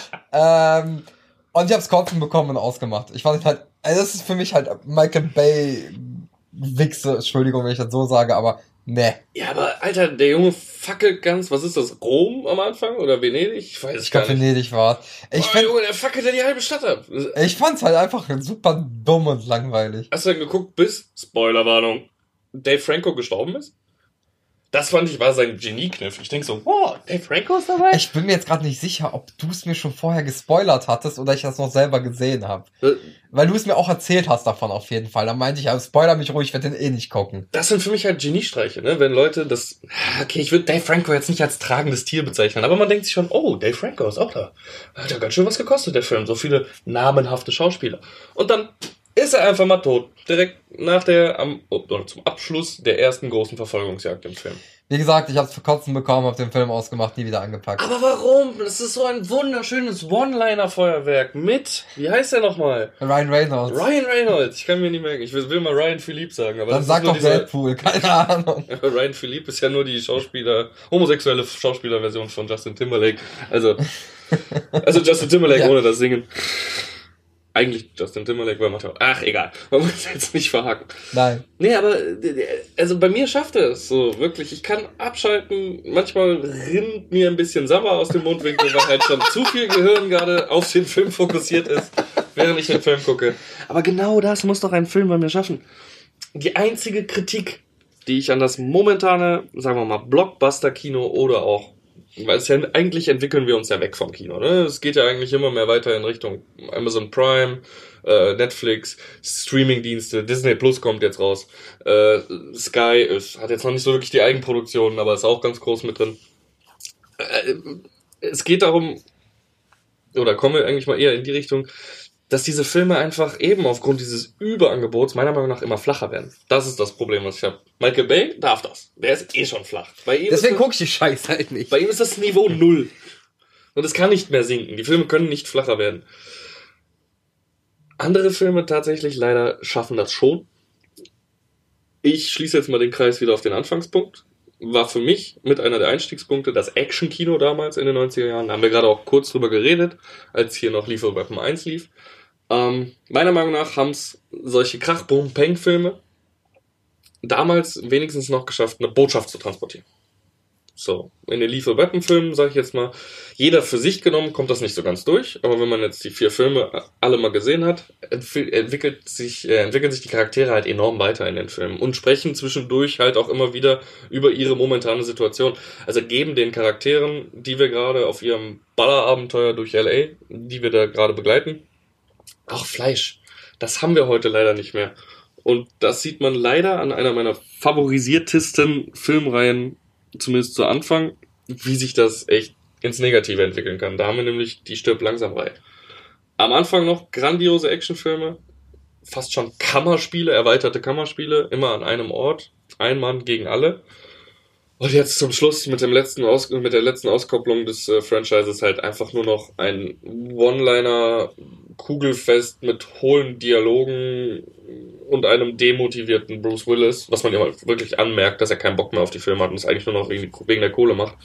ähm, und ich hab's Kotzen bekommen und ausgemacht. Ich fand halt, also das ist für mich halt Michael Bay Wichse, Entschuldigung, wenn ich das so sage, aber ne. Ja, aber Alter, der Junge fackelt ganz, was ist das, Rom am Anfang oder Venedig? Ich weiß es Ich gar glaube, nicht. Venedig war. Ich, Boah, find, Junge, der fackelt ja die halbe Stadt ab. ich fand's halt einfach super dumm und langweilig. Hast du dann geguckt, bis, Spoilerwarnung, Dave Franco gestorben ist? Das fand ich war sein Geniekniff. Ich denk so, wow, Dave Franco ist dabei? Ich bin mir jetzt gerade nicht sicher, ob du es mir schon vorher gespoilert hattest oder ich das noch selber gesehen habe. Äh, Weil du es mir auch erzählt hast davon auf jeden Fall. Da meinte ich, also spoiler mich ruhig, ich werde den eh nicht gucken. Das sind für mich halt Geniestreiche, ne? Wenn Leute das, okay, ich würde Dave Franco jetzt nicht als tragendes Tier bezeichnen, aber man denkt sich schon, oh, Dave Franco ist auch da. Hat ja ganz schön was gekostet, der Film. So viele namenhafte Schauspieler. Und dann ist er einfach mal tot. Direkt nach der, am, oder zum Abschluss der ersten großen Verfolgungsjagd im Film. Wie gesagt, ich hab's für Kotzen bekommen, hab den Film ausgemacht, nie wieder angepackt. Aber warum? Das ist so ein wunderschönes One-Liner-Feuerwerk mit, wie heißt der nochmal? Ryan Reynolds. Ryan Reynolds. Ich kann mir nicht merken. Ich will, will mal Ryan Philippe sagen, aber Dann das sag ist nur doch dieser, Deadpool, keine Ahnung. Ryan Philippe ist ja nur die Schauspieler, homosexuelle Schauspielerversion von Justin Timberlake. Also, also Justin Timberlake Ja. ohne das Singen. Eigentlich Justin Timberlake, weil man ach, egal. Man muss jetzt nicht verhaken. Nein. Nee, aber, also bei mir schafft er es so, wirklich. Ich kann abschalten. Manchmal rinnt mir ein bisschen Sabber aus dem Mundwinkel, weil halt schon zu viel Gehirn gerade auf den Film fokussiert ist, während ich den Film gucke. Aber genau das muss doch ein Film bei mir schaffen. Die einzige Kritik, die ich an das momentane, sagen wir mal, Blockbuster-Kino oder auch Weil es ja, eigentlich entwickeln wir uns ja weg vom Kino, ne? Es geht ja eigentlich immer mehr weiter in Richtung Amazon Prime, äh, Netflix, Streamingdienste, Disney Plus kommt jetzt raus, äh, Sky ist, hat jetzt noch nicht so wirklich die Eigenproduktionen, aber ist auch ganz groß mit drin. Äh, es geht darum, oder kommen wir eigentlich mal eher in die Richtung, dass diese Filme einfach eben aufgrund dieses Überangebots meiner Meinung nach immer flacher werden. Das ist das Problem, was ich habe. Michael Bay darf das. Der ist eh schon flach. Bei ihm Deswegen ist guck ich die Scheiße halt nicht. Bei ihm ist das Niveau null. Und es kann nicht mehr sinken. Die Filme können nicht flacher werden. Andere Filme tatsächlich leider schaffen das schon. Ich schließe jetzt mal den Kreis wieder auf den Anfangspunkt. War für mich mit einer der Einstiegspunkte das Action-Kino damals in den neunziger Jahren. Da haben wir gerade auch kurz drüber geredet, als hier noch Lethal Weapon eins lief. Ähm, meiner Meinung nach haben es solche Krach-Boom-Peng-Filme damals wenigstens noch geschafft, eine Botschaft zu transportieren. So, in den Lethal Weapon-Filmen, sage ich jetzt mal, jeder für sich genommen kommt das nicht so ganz durch, aber wenn man jetzt die vier Filme alle mal gesehen hat, entwickelt sich, äh, entwickeln sich die Charaktere halt enorm weiter in den Filmen und sprechen zwischendurch halt auch immer wieder über ihre momentane Situation. Also geben den Charakteren, die wir gerade auf ihrem Ballerabenteuer durch L A, die wir da gerade begleiten, auch Fleisch. Das haben wir heute leider nicht mehr. Und das sieht man leider an einer meiner favorisiertesten Filmreihen, zumindest zu Anfang, wie sich das echt ins Negative entwickeln kann. Da haben wir nämlich die Stirb-langsam-Reihe. Am Anfang noch grandiose Actionfilme, fast schon Kammerspiele, erweiterte Kammerspiele, immer an einem Ort, ein Mann gegen alle. Und jetzt zum Schluss mit dem letzten Aus- mit der letzten Auskopplung des äh, Franchises halt einfach nur noch ein One-Liner Kugelfest mit hohlen Dialogen und einem demotivierten Bruce Willis, was man ja wirklich anmerkt, dass er keinen Bock mehr auf die Filme hat und es eigentlich nur noch wegen, wegen der Kohle macht.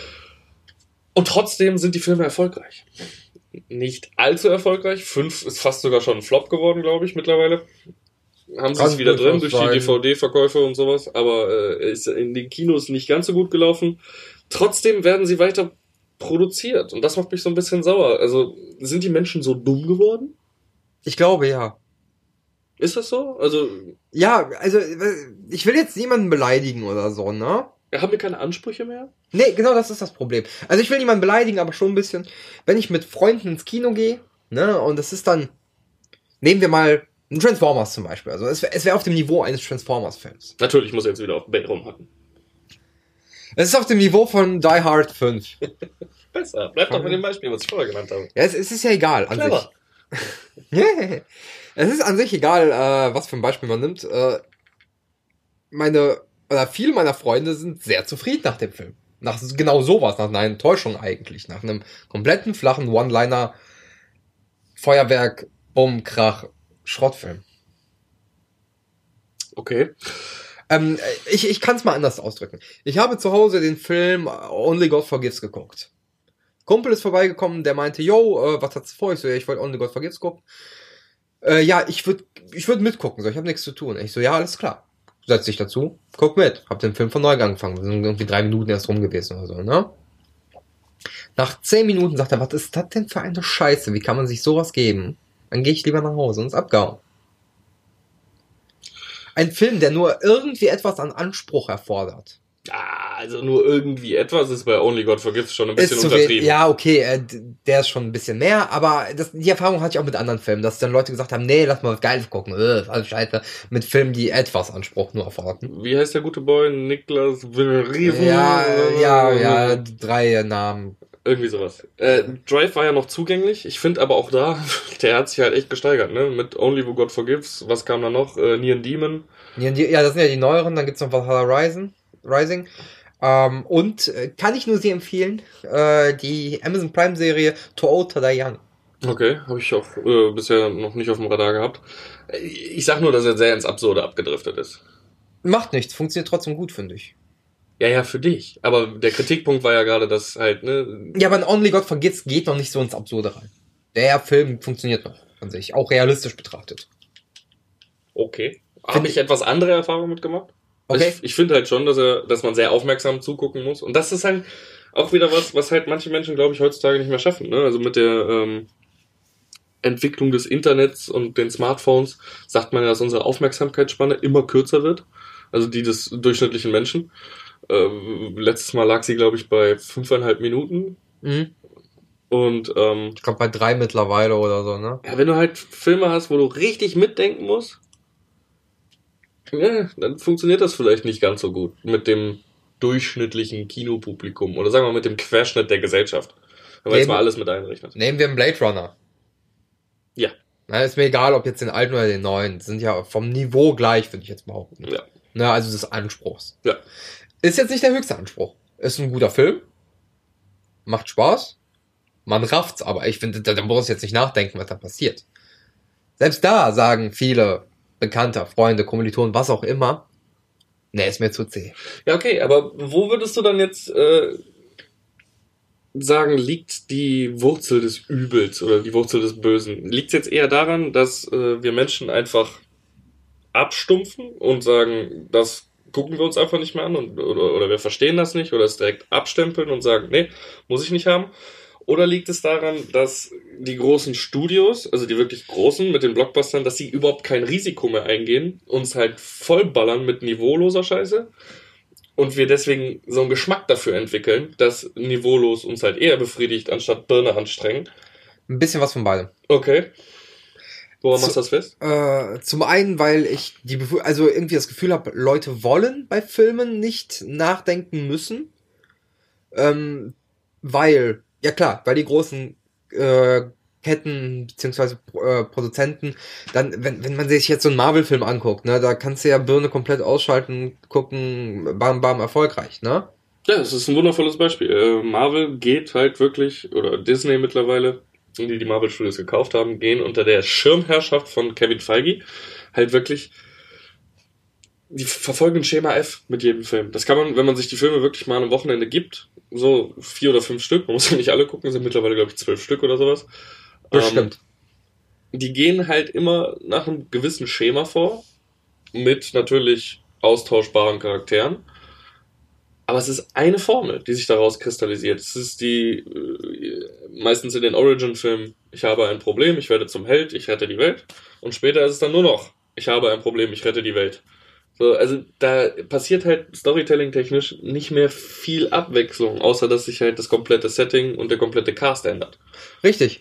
Und trotzdem sind die Filme erfolgreich. Nicht allzu erfolgreich. Fünf ist fast sogar schon ein Flop geworden, glaube ich, mittlerweile. Haben sie es wieder drin durch die D V D-Verkäufe und sowas, aber äh, ist in den Kinos nicht ganz so gut gelaufen. Trotzdem werden sie weiter produziert und das macht mich so ein bisschen sauer. Also sind die Menschen so dumm geworden? Ich glaube, ja. Ist das so? Also Ja, also ich will jetzt niemanden beleidigen oder so, ne? haben wir keine Ansprüche mehr? Nee, genau das ist das Problem. Also ich will niemanden beleidigen, aber schon ein bisschen, wenn ich mit Freunden ins Kino gehe, ne, und es ist dann, nehmen wir mal ein Transformers zum Beispiel. Also es, es wäre auf dem Niveau eines Transformers-Films. Natürlich, ich muss jetzt wieder auf dem Bett rumhacken. Es ist auf dem Niveau von Die Hard fünf. Besser. Bleib doch mit dem Beispiel, was ich vorher genannt habe. Ja, es, es ist ja egal an Clever. sich. Es ist an sich egal, äh, was für ein Beispiel man nimmt. Äh, meine, oder viele meiner Freunde sind sehr zufrieden nach dem Film. Nach genau sowas, nach einer Enttäuschung eigentlich. Nach einem kompletten flachen One-Liner Feuerwerk, Bumm, Krach, Schrottfilm. Okay. Ähm, ich ich kann es mal anders ausdrücken. Ich habe zu Hause den Film Only God Forgives geguckt. Kumpel ist vorbeigekommen, der meinte, yo, äh, was hat's vor? Ich so, ja, ich wollte Only God Forgives gucken. Äh, ja, ich würde ich würd mitgucken, so, ich habe nichts zu tun. Ich so, ja, alles klar. Setz dich dazu, guck mit. Hab den Film von neu angefangen. Wir sind irgendwie drei Minuten erst rum gewesen oder so, ne? Nach zehn Minuten sagt er, was ist das denn für eine Scheiße? Wie kann man sich sowas geben? Dann gehe ich lieber nach Hause und ist abgehauen. Ein Film, der nur irgendwie etwas an Anspruch erfordert. Ah, also nur irgendwie etwas ist bei Only God Forgives schon ein bisschen Ist zu untertrieben. we- Ja, okay, äh, d- der ist schon ein bisschen mehr, aber das, die Erfahrung hatte ich auch mit anderen Filmen, dass dann Leute gesagt haben, nee, lass mal was Geiles gucken, äh, alles scheiße, mit Filmen, die etwas Anspruch nur erforderten. Wie heißt der gute Boy? Niklas Riesen? Ja, ja, ja, drei Namen. Irgendwie sowas. Äh, Drive war ja noch zugänglich. Ich finde aber auch da, der hat sich halt echt gesteigert, ne? Mit Only God Forgives. Was kam da noch? Äh, Neon Demon. Ja, die, ja, das sind ja die neueren, dann gibt's noch Valhalla Rising. Rising. Ähm, und äh, kann ich nur sie empfehlen, äh, die Amazon Prime Serie To Old To Die Young. Okay, habe ich auch äh, bisher noch nicht auf dem Radar gehabt. Ich sag nur, dass er sehr ins Absurde abgedriftet ist. Macht nichts, funktioniert trotzdem gut, finde ich. Ja, ja, für dich. Aber der Kritikpunkt war ja gerade, dass halt, ne... Ja, aber ein Only God Forgives geht noch nicht so ins Absurde rein. Der Film funktioniert noch an sich, auch realistisch betrachtet. Okay. Habe ich etwas andere Erfahrungen mitgemacht? Okay. Ich, ich finde halt schon, dass er, dass man sehr aufmerksam zugucken muss. Und das ist halt auch wieder was, was halt manche Menschen, glaube ich, heutzutage nicht mehr schaffen. Ne? Also mit der ähm, Entwicklung des Internets und den Smartphones sagt man ja, dass unsere Aufmerksamkeitsspanne immer kürzer wird. Also die des durchschnittlichen Menschen. Äh, letztes Mal lag sie, glaube ich, bei fünfeinhalb Minuten. Mhm. Und ähm, Ich glaube bei drei mittlerweile oder so, ne? ja, wenn du halt Filme hast, wo du richtig mitdenken musst, ja, dann funktioniert das vielleicht nicht ganz so gut mit dem durchschnittlichen Kinopublikum oder sagen wir mal mit dem Querschnitt der Gesellschaft. Wenn man jetzt mal alles mit einrechnet. Nehmen wir einen Blade Runner. Ja. Na, ist mir egal, ob jetzt den alten oder den neuen. Die sind ja vom Niveau gleich, würde ich jetzt behaupten. Ja. Na, also des Anspruchs. Ja. Ist jetzt nicht der höchste Anspruch. Ist ein guter Film. Macht Spaß. Man rafft's, aber ich finde, da, da muss jetzt nicht nachdenken, was da passiert. Selbst da sagen viele Bekannte, Freunde, Kommilitonen, was auch immer, ne, ist mir zu zäh. Ja, okay, aber wo würdest du dann jetzt äh, sagen, liegt die Wurzel des Übels oder die Wurzel des Bösen? Liegt es jetzt eher daran, dass äh, wir Menschen einfach abstumpfen und sagen, das gucken wir uns einfach nicht mehr an und, oder, oder wir verstehen das nicht oder es direkt abstempeln und sagen, nee, muss ich nicht haben? Oder liegt es daran, dass die großen Studios, also die wirklich großen mit den Blockbustern, dass sie überhaupt kein Risiko mehr eingehen, uns halt vollballern mit niveauloser Scheiße und wir deswegen so einen Geschmack dafür entwickeln, dass niveaulos uns halt eher befriedigt, anstatt Birne anstrengen? Ein bisschen was von beidem. Okay. Woran Zu- machst du das fest? Äh, zum einen, weil ich die Bef- also irgendwie das Gefühl habe, Leute wollen bei Filmen nicht nachdenken müssen. Ähm, weil, ja klar, weil die großen äh, Ketten beziehungsweise äh, Produzenten, dann, wenn, wenn man sich jetzt so einen Marvel-Film anguckt, ne, da kannst du ja Birne komplett ausschalten, gucken, bam, bam, erfolgreich, ne? Ja, das ist ein wundervolles Beispiel. Äh, Marvel geht halt wirklich, oder Disney mittlerweile, die die Marvel Studios gekauft haben, gehen unter der Schirmherrschaft von Kevin Feige halt wirklich, die verfolgen ein Schema F mit jedem Film. Das kann man, wenn man sich die Filme wirklich mal am Wochenende gibt, so vier oder fünf Stück, man muss ja nicht alle gucken, sind mittlerweile, glaube ich, zwölf Stück oder sowas. Bestimmt. Ähm, die gehen halt immer nach einem gewissen Schema vor, mit natürlich austauschbaren Charakteren. Aber es ist eine Formel, die sich daraus kristallisiert. Es ist die, äh, meistens in den Origin-Filmen, ich habe ein Problem, ich werde zum Held, ich rette die Welt. Und später ist es dann nur noch, ich habe ein Problem, ich rette die Welt. So, also da passiert halt Storytelling-technisch nicht mehr viel Abwechslung, außer dass sich halt das komplette Setting und der komplette Cast ändert. Richtig.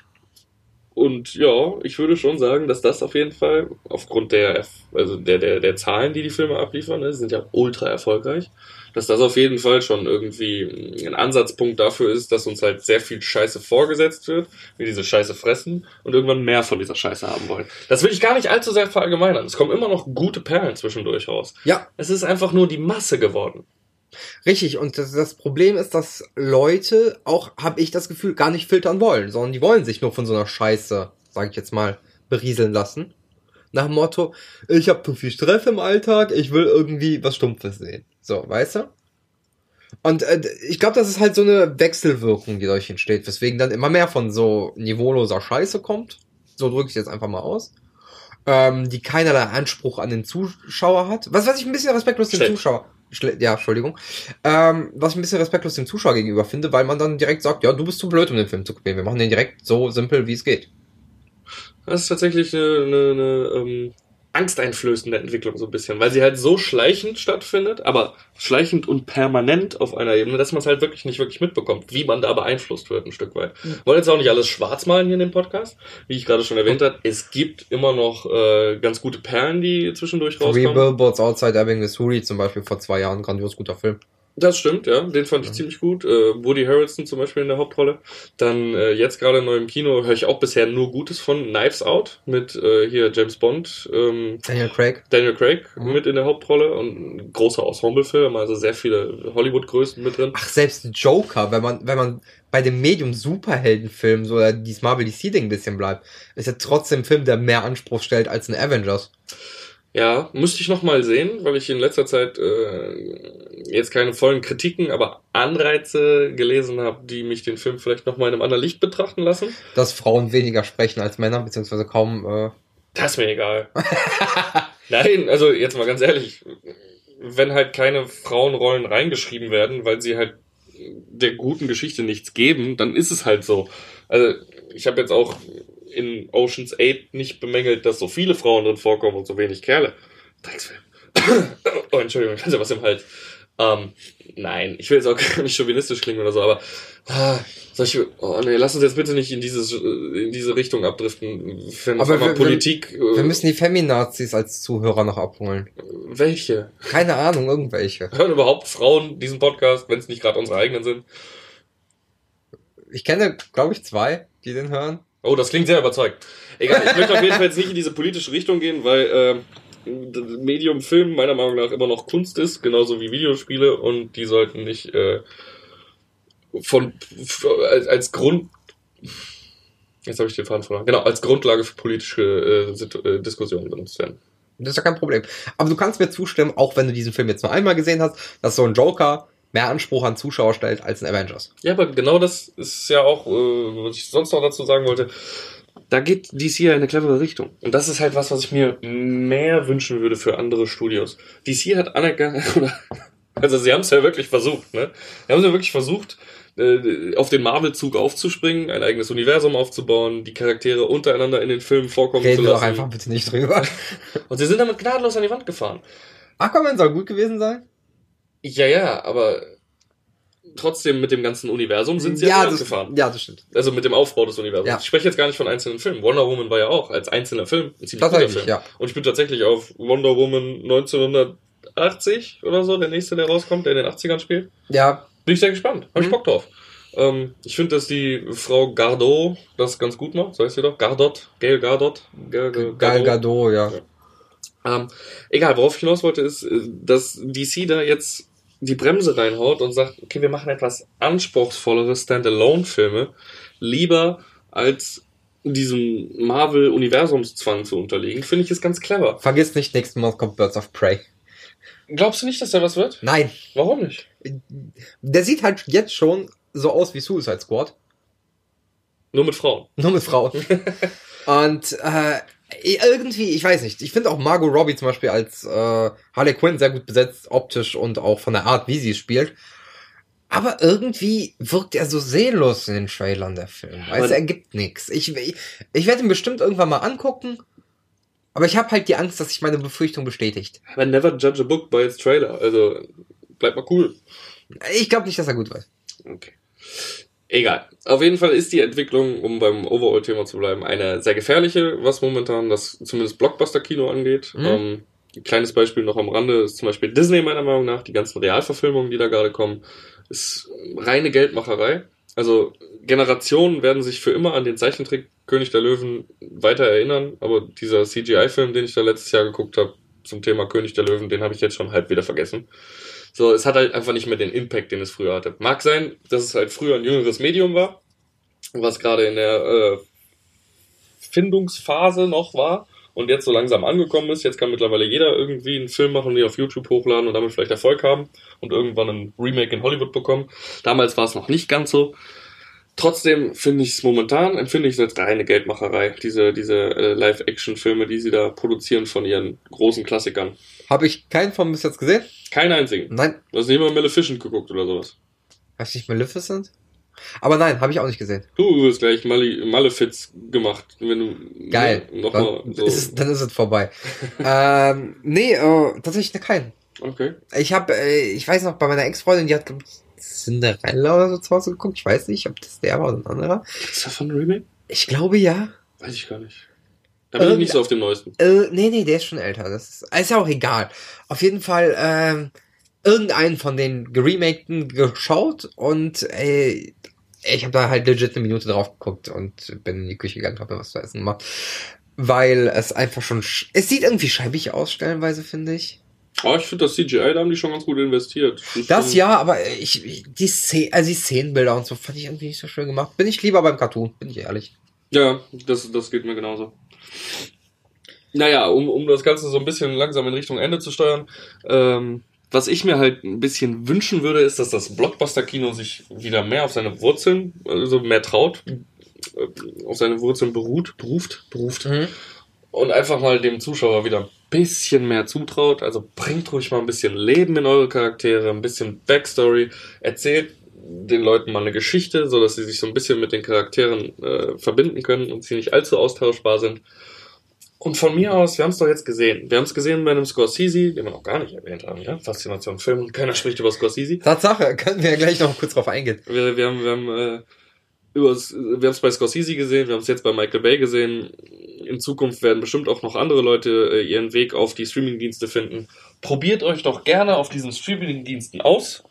Und ja, ich würde schon sagen, dass das auf jeden Fall aufgrund der, also der, der, der Zahlen, die die Filme abliefern, ne, sind ja ultra erfolgreich, dass das auf jeden Fall schon irgendwie ein Ansatzpunkt dafür ist, dass uns halt sehr viel Scheiße vorgesetzt wird, wir diese Scheiße fressen und irgendwann mehr von dieser Scheiße haben wollen. Das will ich gar nicht allzu sehr verallgemeinern. Es kommen immer noch gute Perlen zwischendurch raus. Ja. Es ist einfach nur die Masse geworden. Richtig, und das, das Problem ist, dass Leute auch, habe ich das Gefühl, gar nicht filtern wollen, sondern die wollen sich nur von so einer Scheiße, sage ich jetzt mal, berieseln lassen. Nach dem Motto, ich habe zu viel Stress im Alltag, ich will irgendwie was Stumpfes sehen. So, weißt du? Und äh, ich glaube, das ist halt so eine Wechselwirkung, die dadurch entsteht, weswegen dann immer mehr von so niveauloser Scheiße kommt. So drücke ich jetzt einfach mal aus. Ähm, die keinerlei Anspruch an den Zuschauer hat. Was, was ich ein bisschen respektlos dem Schlecht. Zuschauer... Schle ja, Entschuldigung. Ähm, was ich ein bisschen respektlos dem Zuschauer gegenüber finde, weil man dann direkt sagt, ja, du bist zu blöd, um den Film zu kopieren. Wir machen den direkt so simpel, wie es geht. Das ist tatsächlich eine, eine, eine ähm, angsteinflößende Entwicklung so ein bisschen, weil sie halt so schleichend stattfindet, aber schleichend und permanent auf einer Ebene, dass man es halt wirklich nicht wirklich mitbekommt, wie man da beeinflusst wird ein Stück weit. Wir wollen jetzt auch nicht alles schwarz malen hier in dem Podcast, wie ich gerade schon erwähnt habe. Es gibt immer noch äh, ganz gute Perlen, die zwischendurch Three rauskommen. Billboards Outside Ebbing, Missouri zum Beispiel vor zwei Jahren, grandios guter Film. Das stimmt, ja. Den fand ich Ja. ziemlich gut. Äh, Woody Harrelson zum Beispiel in der Hauptrolle. Dann äh, jetzt gerade neu im Kino höre ich auch bisher nur Gutes von. Knives Out mit äh, hier James Bond. Ähm, Daniel Craig. Daniel Craig Mhm. mit in der Hauptrolle und ein großer Ensemblefilm, also sehr viele Hollywood-Größen mit drin. Ach, selbst Joker, wenn man, wenn man bei dem Medium Superheldenfilm so oder dieses Marvel D C-Ding ein bisschen bleibt, ist ja trotzdem ein Film, der mehr Anspruch stellt als ein Avengers. Ja, müsste ich noch mal sehen, weil ich in letzter Zeit äh, jetzt keine vollen Kritiken, aber Anreize gelesen habe, die mich den Film vielleicht noch mal in einem anderen Licht betrachten lassen. Dass Frauen weniger sprechen als Männer, beziehungsweise kaum, äh, Das ist mir egal. Nein, also jetzt mal ganz ehrlich, wenn halt keine Frauenrollen reingeschrieben werden, weil sie halt der guten Geschichte nichts geben, dann ist es halt so. Also ich habe jetzt auch in Ocean's Eight nicht bemängelt, dass so viele Frauen drin vorkommen und so wenig Kerle. Drecksfilm. Oh, Entschuldigung, ich hatte was im Hals. Ähm, nein, ich will jetzt auch gar nicht chauvinistisch klingen oder so, aber ah, solche, oh nee, lass uns jetzt bitte nicht in dieses in diese Richtung abdriften, wenn auf Aber einmal wir, Politik... wir, wir äh, müssen die Feminazis als Zuhörer noch abholen. welche? Keine Ahnung, irgendwelche. Hören überhaupt Frauen diesen Podcast, wenn es nicht gerade unsere eigenen sind? Ich kenne, glaube ich, zwei, die den hören. Oh, das klingt sehr überzeugt. Egal, ich möchte auf jeden Fall jetzt nicht in diese politische Richtung gehen, weil äh, Medium Film meiner Meinung nach immer noch Kunst ist, genauso wie Videospiele, und die sollten nicht äh, von f- als, als Grund jetzt habe ich den Faden verloren. Genau, als Grundlage für politische äh, Situ- äh, Diskussionen benutzt werden. Das ist ja kein Problem. Aber du kannst mir zustimmen, auch wenn du diesen Film jetzt nur einmal gesehen hast, dass so ein Joker mehr Anspruch an Zuschauer stellt als ein Avengers. Ja, aber genau das ist ja auch, äh, was ich sonst noch dazu sagen wollte. Da geht D C ja in eine clevere Richtung. Und das ist halt was, was ich mir mehr wünschen würde für andere Studios. D C hat anerkannt, also sie haben es ja wirklich versucht, ne? Sie haben es ja wirklich versucht, äh, auf den Marvel-Zug aufzuspringen, ein eigenes Universum aufzubauen, die Charaktere untereinander in den Filmen vorkommen Reden zu wir lassen. doch einfach bitte nicht drüber. Und sie sind damit gnadenlos an die Wand gefahren. Aquaman soll gut gewesen sein? Ja, ja, aber trotzdem mit dem ganzen Universum sind sie ja, an die Wand das, gefahren. ja, das stimmt. Also mit dem Aufbau des Universums. Ja. Ich spreche jetzt gar nicht von einzelnen Filmen. Wonder Woman war ja auch als einzelner Film ein ziemlich guter Tatsächlich, Film. ja. Und ich bin tatsächlich auf Wonder Woman neunzehnhundertachtzig oder so, der nächste, der rauskommt, der in den achtzigern spielt. Ja, Bin ich sehr gespannt. Hab ich Mhm. Bock drauf. Ähm, ich finde, dass die Frau Gardot das ganz gut macht. So heißt sie doch. Gardot. Gail Gardot. Gal, Gal, Gal Gadot, ja. Ja. Ähm, egal, worauf ich hinaus wollte, ist, äh, dass D C da jetzt die Bremse reinhaut und sagt, okay, wir machen etwas anspruchsvollere Standalone-Filme, lieber als diesem Marvel-Universumszwang zu unterliegen, finde ich es ganz clever. Vergiss nicht, nächsten Monat kommt Birds of Prey. Glaubst du nicht, dass da was wird? Nein. Warum nicht? Der sieht halt jetzt schon so aus wie Suicide Squad. Nur mit Frauen. Nur mit Frauen. Und äh, irgendwie, ich weiß nicht, ich finde auch Margot Robbie zum Beispiel als äh, Harley Quinn sehr gut besetzt, optisch und auch von der Art, wie sie es spielt. Aber irgendwie wirkt er so seelenlos in den Trailern, der Film. Weil es Aber- ergibt nichts. Ich, ich, ich werde ihn bestimmt irgendwann mal angucken, aber ich habe halt die Angst, dass sich meine Befürchtung bestätigt. Aber never judge a book by its trailer. Also, bleib mal cool. Ich glaube nicht, dass er gut weiß. Okay. Egal. Auf jeden Fall ist die Entwicklung, um beim Overall-Thema zu bleiben, eine sehr gefährliche, was momentan das zumindest Blockbuster-Kino angeht. Mhm. Ähm, ein kleines Beispiel noch am Rande ist zum Beispiel Disney meiner Meinung nach. Die ganzen Realverfilmungen, die da gerade kommen, ist reine Geldmacherei. Also Generationen werden sich für immer an den Zeichentrick König der Löwen weiter erinnern, aber dieser C G I-Film, den ich da letztes Jahr geguckt habe zum Thema König der Löwen, den habe ich jetzt schon halb wieder vergessen. So, es hat halt einfach nicht mehr den Impact, den es früher hatte. Mag sein, dass es halt früher ein jüngeres Medium war, was gerade in der äh, Findungsphase noch war und jetzt so langsam angekommen ist. Jetzt kann mittlerweile jeder irgendwie einen Film machen, die auf YouTube hochladen und damit vielleicht Erfolg haben und irgendwann ein Remake in Hollywood bekommen. Damals war es noch nicht ganz so. Trotzdem finde ich es momentan, empfinde ich es als reine Geldmacherei, diese, diese äh, Live-Action-Filme, die sie da produzieren von ihren großen Klassikern. Habe ich keinen von bis jetzt gesehen? Keinen einzigen. Nein. Du hast nicht mal Maleficent geguckt oder sowas. Hast du nicht Maleficent? Aber nein, habe ich auch nicht gesehen. Du wirst gleich Mali- Malefiz gemacht, wenn du Geil. nochmal Dann, so. ist es, dann ist es vorbei. ähm, nee, äh, tatsächlich keinen. Okay. Ich habe, äh, ich weiß noch, bei meiner Ex-Freundin, die hat glaub ich, Cinderella oder so zu Hause geguckt. Ich weiß nicht, ob das der war oder ein anderer. Ist das von ein Remake? Ich glaube ja. Weiß ich gar nicht. Da bin ich Irgend- nicht so auf dem Neuesten. Äh, nee, nee, der ist schon älter. Das ist, ist ja auch egal. Auf jeden Fall, ähm, irgendeinen von den geremakten geschaut und äh, ich habe da halt legit eine Minute drauf geguckt und bin in die Küche gegangen, habe mir was zu essen gemacht. Weil es einfach schon, sch- es sieht irgendwie scheibig aus, stellenweise, finde ich. Aber ich finde das C G I, da haben die schon ganz gut investiert. ist Das schon- ja, aber ich, ich- die, Szene, also die Szenenbilder und so fand ich irgendwie nicht so schön gemacht. Bin ich lieber beim Cartoon, bin ich ehrlich. Ja, das, das geht mir genauso. Naja, um, um das Ganze so ein bisschen langsam in Richtung Ende zu steuern, ähm, was ich mir halt ein bisschen wünschen würde, ist, dass das Blockbuster-Kino sich wieder mehr auf seine Wurzeln, also mehr traut, äh, auf seine Wurzeln beruht, beruft, beruft und einfach mal dem Zuschauer wieder ein bisschen mehr zutraut. Also bringt ruhig mal ein bisschen Leben in eure Charaktere, ein bisschen Backstory, erzählt den Leuten mal eine Geschichte, so dass sie sich so ein bisschen mit den Charakteren äh, verbinden können und sie nicht allzu austauschbar sind. Und von mir aus, wir haben es doch jetzt gesehen. Wir haben es gesehen bei einem Scorsese, den wir noch gar nicht erwähnt haben, ja? Faszination Film. Keiner spricht über Scorsese. Tatsache, können wir ja gleich noch kurz drauf eingehen. Wir, wir haben, wir haben, äh, übers, wir haben es bei Scorsese gesehen, wir haben es jetzt bei Michael Bay gesehen. In Zukunft werden bestimmt auch noch andere Leute äh, ihren Weg auf die Streamingdienste finden. Probiert euch doch gerne auf diesen Streamingdiensten aus.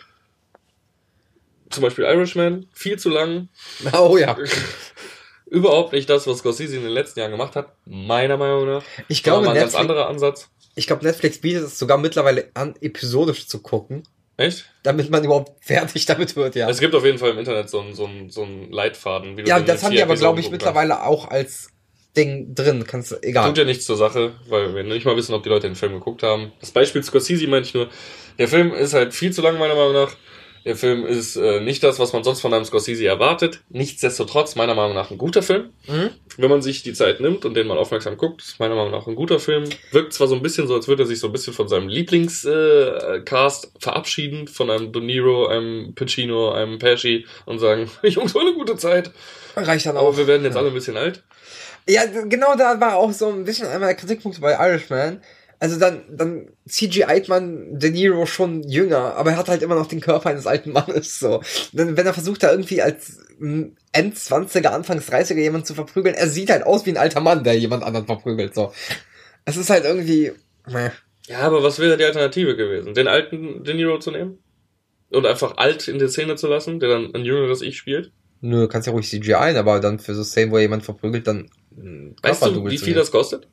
Zum Beispiel Irishman, viel zu lang. Oh ja. Überhaupt nicht das, was Scorsese in den letzten Jahren gemacht hat, meiner Meinung nach. Ich glaube, war ein Netflix, ganz anderer Ansatz. Ich glaube, Netflix bietet es sogar mittlerweile an, episodisch zu gucken. Echt? Damit man überhaupt fertig damit wird, ja. Es gibt auf jeden Fall im Internet so einen so einen, so einen Leitfaden. Wie du Ja, den das haben vier die aber, Episoden glaube ich, gucken mittlerweile auch als Ding drin. Kannst du, egal. Tut ja nichts zur Sache, weil wir nicht mal wissen, ob die Leute den Film geguckt haben. Das Beispiel Scorsese meine ich nur, der Film ist halt viel zu lang, meiner Meinung nach. Der Film ist äh, nicht das, was man sonst von einem Scorsese erwartet. Nichtsdestotrotz, meiner Meinung nach, ein guter Film. Mhm. Wenn man sich die Zeit nimmt und den mal aufmerksam guckt, ist meiner Meinung nach ein guter Film. Wirkt zwar so ein bisschen so, als würde er sich so ein bisschen von seinem Lieblingscast äh, verabschieden, von einem De Niro, einem Pacino, einem Pesci und sagen, Jungs, war eine gute Zeit. Reicht dann auch. Aber wir werden jetzt alle ein bisschen alt. Ja, genau, da war auch so ein bisschen einmal der Kritikpunkt bei Irishman. Also dann, dann C G I't man De Niro schon jünger, aber er hat halt immer noch den Körper eines alten Mannes, so. Wenn, wenn er versucht, da irgendwie als Endzwanziger, Anfangs dreißiger jemanden zu verprügeln, er sieht halt aus wie ein alter Mann, der jemand anderen verprügelt, so. Es ist halt irgendwie, meh. Ja, aber was wäre die Alternative gewesen? Den alten De Niro zu nehmen? Und einfach alt in der Szene zu lassen, der dann ein jüngeres Ich spielt? Nö, kannst ja ruhig C G I, aber dann für so Szenen, wo er jemand verprügelt, dann weißt du, wie viel das kostet?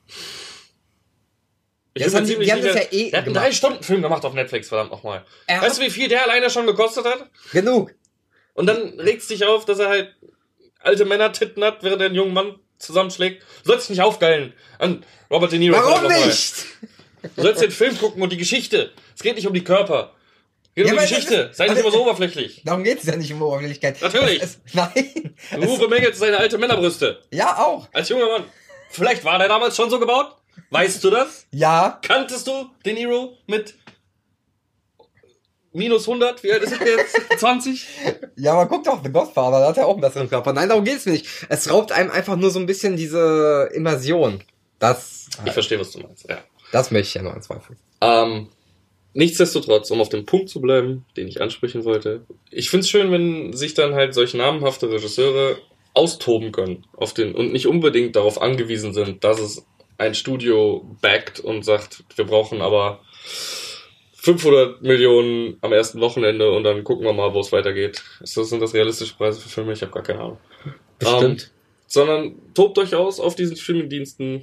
Ich ja, das haben die, die haben das ja eh der hat einen drei Stunden Film gemacht auf Netflix, verdammt nochmal. Weißt du, wie viel der alleine schon gekostet hat? Genug. Und dann regt's dich auf, dass er halt alte Männer-Titten hat, während er einen jungen Mann zusammenschlägt. Du sollst dich nicht aufgeilen an Robert De Niro. Warum nicht? Du sollst den Film gucken und die Geschichte. Es geht nicht um die Körper. Es geht ja, um die Geschichte. Ist, Sei nicht also, immer so oberflächlich. Darum geht's ja nicht um Oberflächlichkeit. Natürlich. Es, es, nein. Du bemängelst seine alte Männerbrüste. Ja, auch. Als junger Mann. Vielleicht war der damals schon so gebaut? Weißt du das? Ja. Kanntest du De Niro mit minus hundert? Wie alt ist er jetzt? zwanzig? Ja, aber guck doch, The Godfather, da hat er auch einen besseren Körper. Nein, darum geht's nicht. Es raubt einem einfach nur so ein bisschen diese Immersion. Das... Ich verstehe, was du meinst, ja. Das möchte ich ja nur anzweifeln. Ähm, nichtsdestotrotz, um auf dem Punkt zu bleiben, den ich ansprechen wollte. Ich find's schön, wenn sich dann halt solche namhafte Regisseure austoben können auf den und nicht unbedingt darauf angewiesen sind, dass es ein Studio backt und sagt, wir brauchen aber fünfhundert Millionen am ersten Wochenende und dann gucken wir mal, wo es weitergeht. Ist das, sind das realistische Preise für Filme? Ich habe gar keine Ahnung. Bestimmt. Ähm, sondern tobt euch aus auf diesen Streaming-Diensten,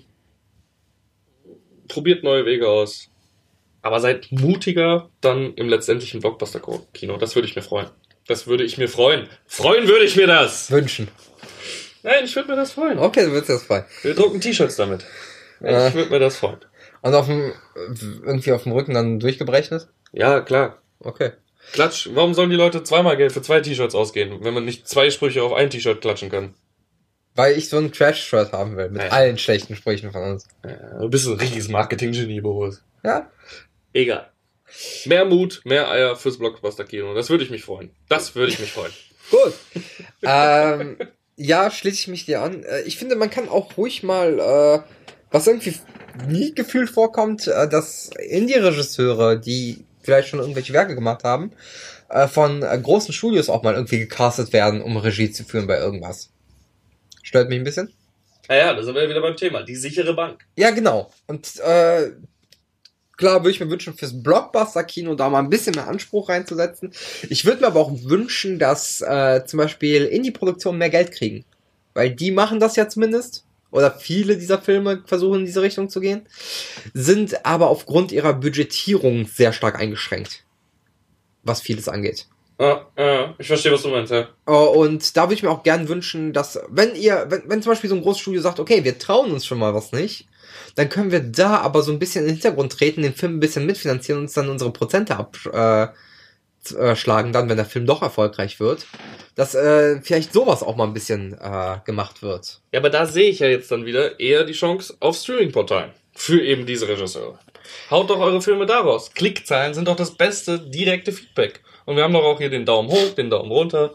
probiert neue Wege aus, aber seid mutiger dann im letztendlichen Blockbuster-Kino. Das würde ich mir freuen. Das würde ich mir freuen. Freuen würde ich mir das! Wünschen. Nein, ich würde mir das freuen. Okay, du würdest das freuen. Wir drucken T-Shirts damit. Ich Äh. würde mir das freuen. Und auf dem, irgendwie auf dem Rücken dann durchgebrechnet? Ja, klar. Okay. Klatsch. Warum sollen die Leute zweimal Geld für zwei T-Shirts ausgeben, wenn man nicht zwei Sprüche auf ein T-Shirt klatschen kann? Weil ich so ein Trash-Shirt haben will, mit Ja. allen schlechten Sprüchen von uns. Ja, du bist ein richtiges Marketing-Genie, Boris. Ja? Egal. Mehr Mut, mehr Eier fürs Blockbuster-Kino. Das würde ich mich freuen. Das würde ich mich freuen. Gut. ähm, ja, schließe ich mich dir an. Äh, Ich finde, man kann auch ruhig mal, äh, was irgendwie nie gefühlt vorkommt, äh, dass Indie-Regisseure, die vielleicht schon irgendwelche Werke gemacht haben, äh, von äh, großen Studios auch mal irgendwie gecastet werden, um Regie zu führen bei irgendwas. Stört mich ein bisschen. Naja, da sind wir wieder beim Thema. Die sichere Bank. Ja, genau. Und äh, klar würde ich mir wünschen, fürs Blockbuster-Kino da mal ein bisschen mehr Anspruch reinzusetzen. Ich würde mir aber auch wünschen, dass äh, zum Beispiel Indie-Produktionen mehr Geld kriegen. Weil die machen das ja zumindest. Oder viele dieser Filme versuchen in diese Richtung zu gehen. Sind aber aufgrund ihrer Budgetierung sehr stark eingeschränkt. Was vieles angeht. Ah, ah, ich verstehe, was du meinst, ja. Oh, und da würde ich mir auch gern wünschen, dass, wenn ihr, wenn, wenn zum Beispiel so ein großes Studio sagt, okay, wir trauen uns schon mal was nicht, dann können wir da aber so ein bisschen in den Hintergrund treten, den Film ein bisschen mitfinanzieren und uns dann unsere Prozente abschlagen, äh, dann, wenn der Film doch erfolgreich wird, dass äh, vielleicht sowas auch mal ein bisschen äh, gemacht wird. Ja, aber da sehe ich ja jetzt dann wieder eher die Chance auf Streaming-Portalen. Für eben diese Regisseure. Haut doch eure Filme daraus. Klickzahlen sind doch das beste direkte Feedback. Und wir haben doch auch hier den Daumen hoch, den Daumen runter.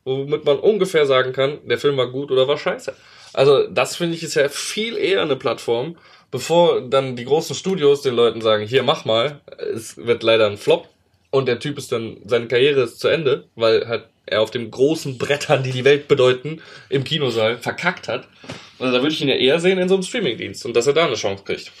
womit man ungefähr sagen kann, der Film war gut oder war scheiße. Also das finde ich ist ja viel eher eine Plattform, bevor dann die großen Studios den Leuten sagen, hier mach mal, es wird leider ein Flop und der Typ ist dann, seine Karriere ist zu Ende, weil halt er auf den großen Brettern, die die Welt bedeuten, im Kinosaal verkackt hat. Also da würde ich ihn ja eher sehen in so einem Streamingdienst und dass er da eine Chance kriegt.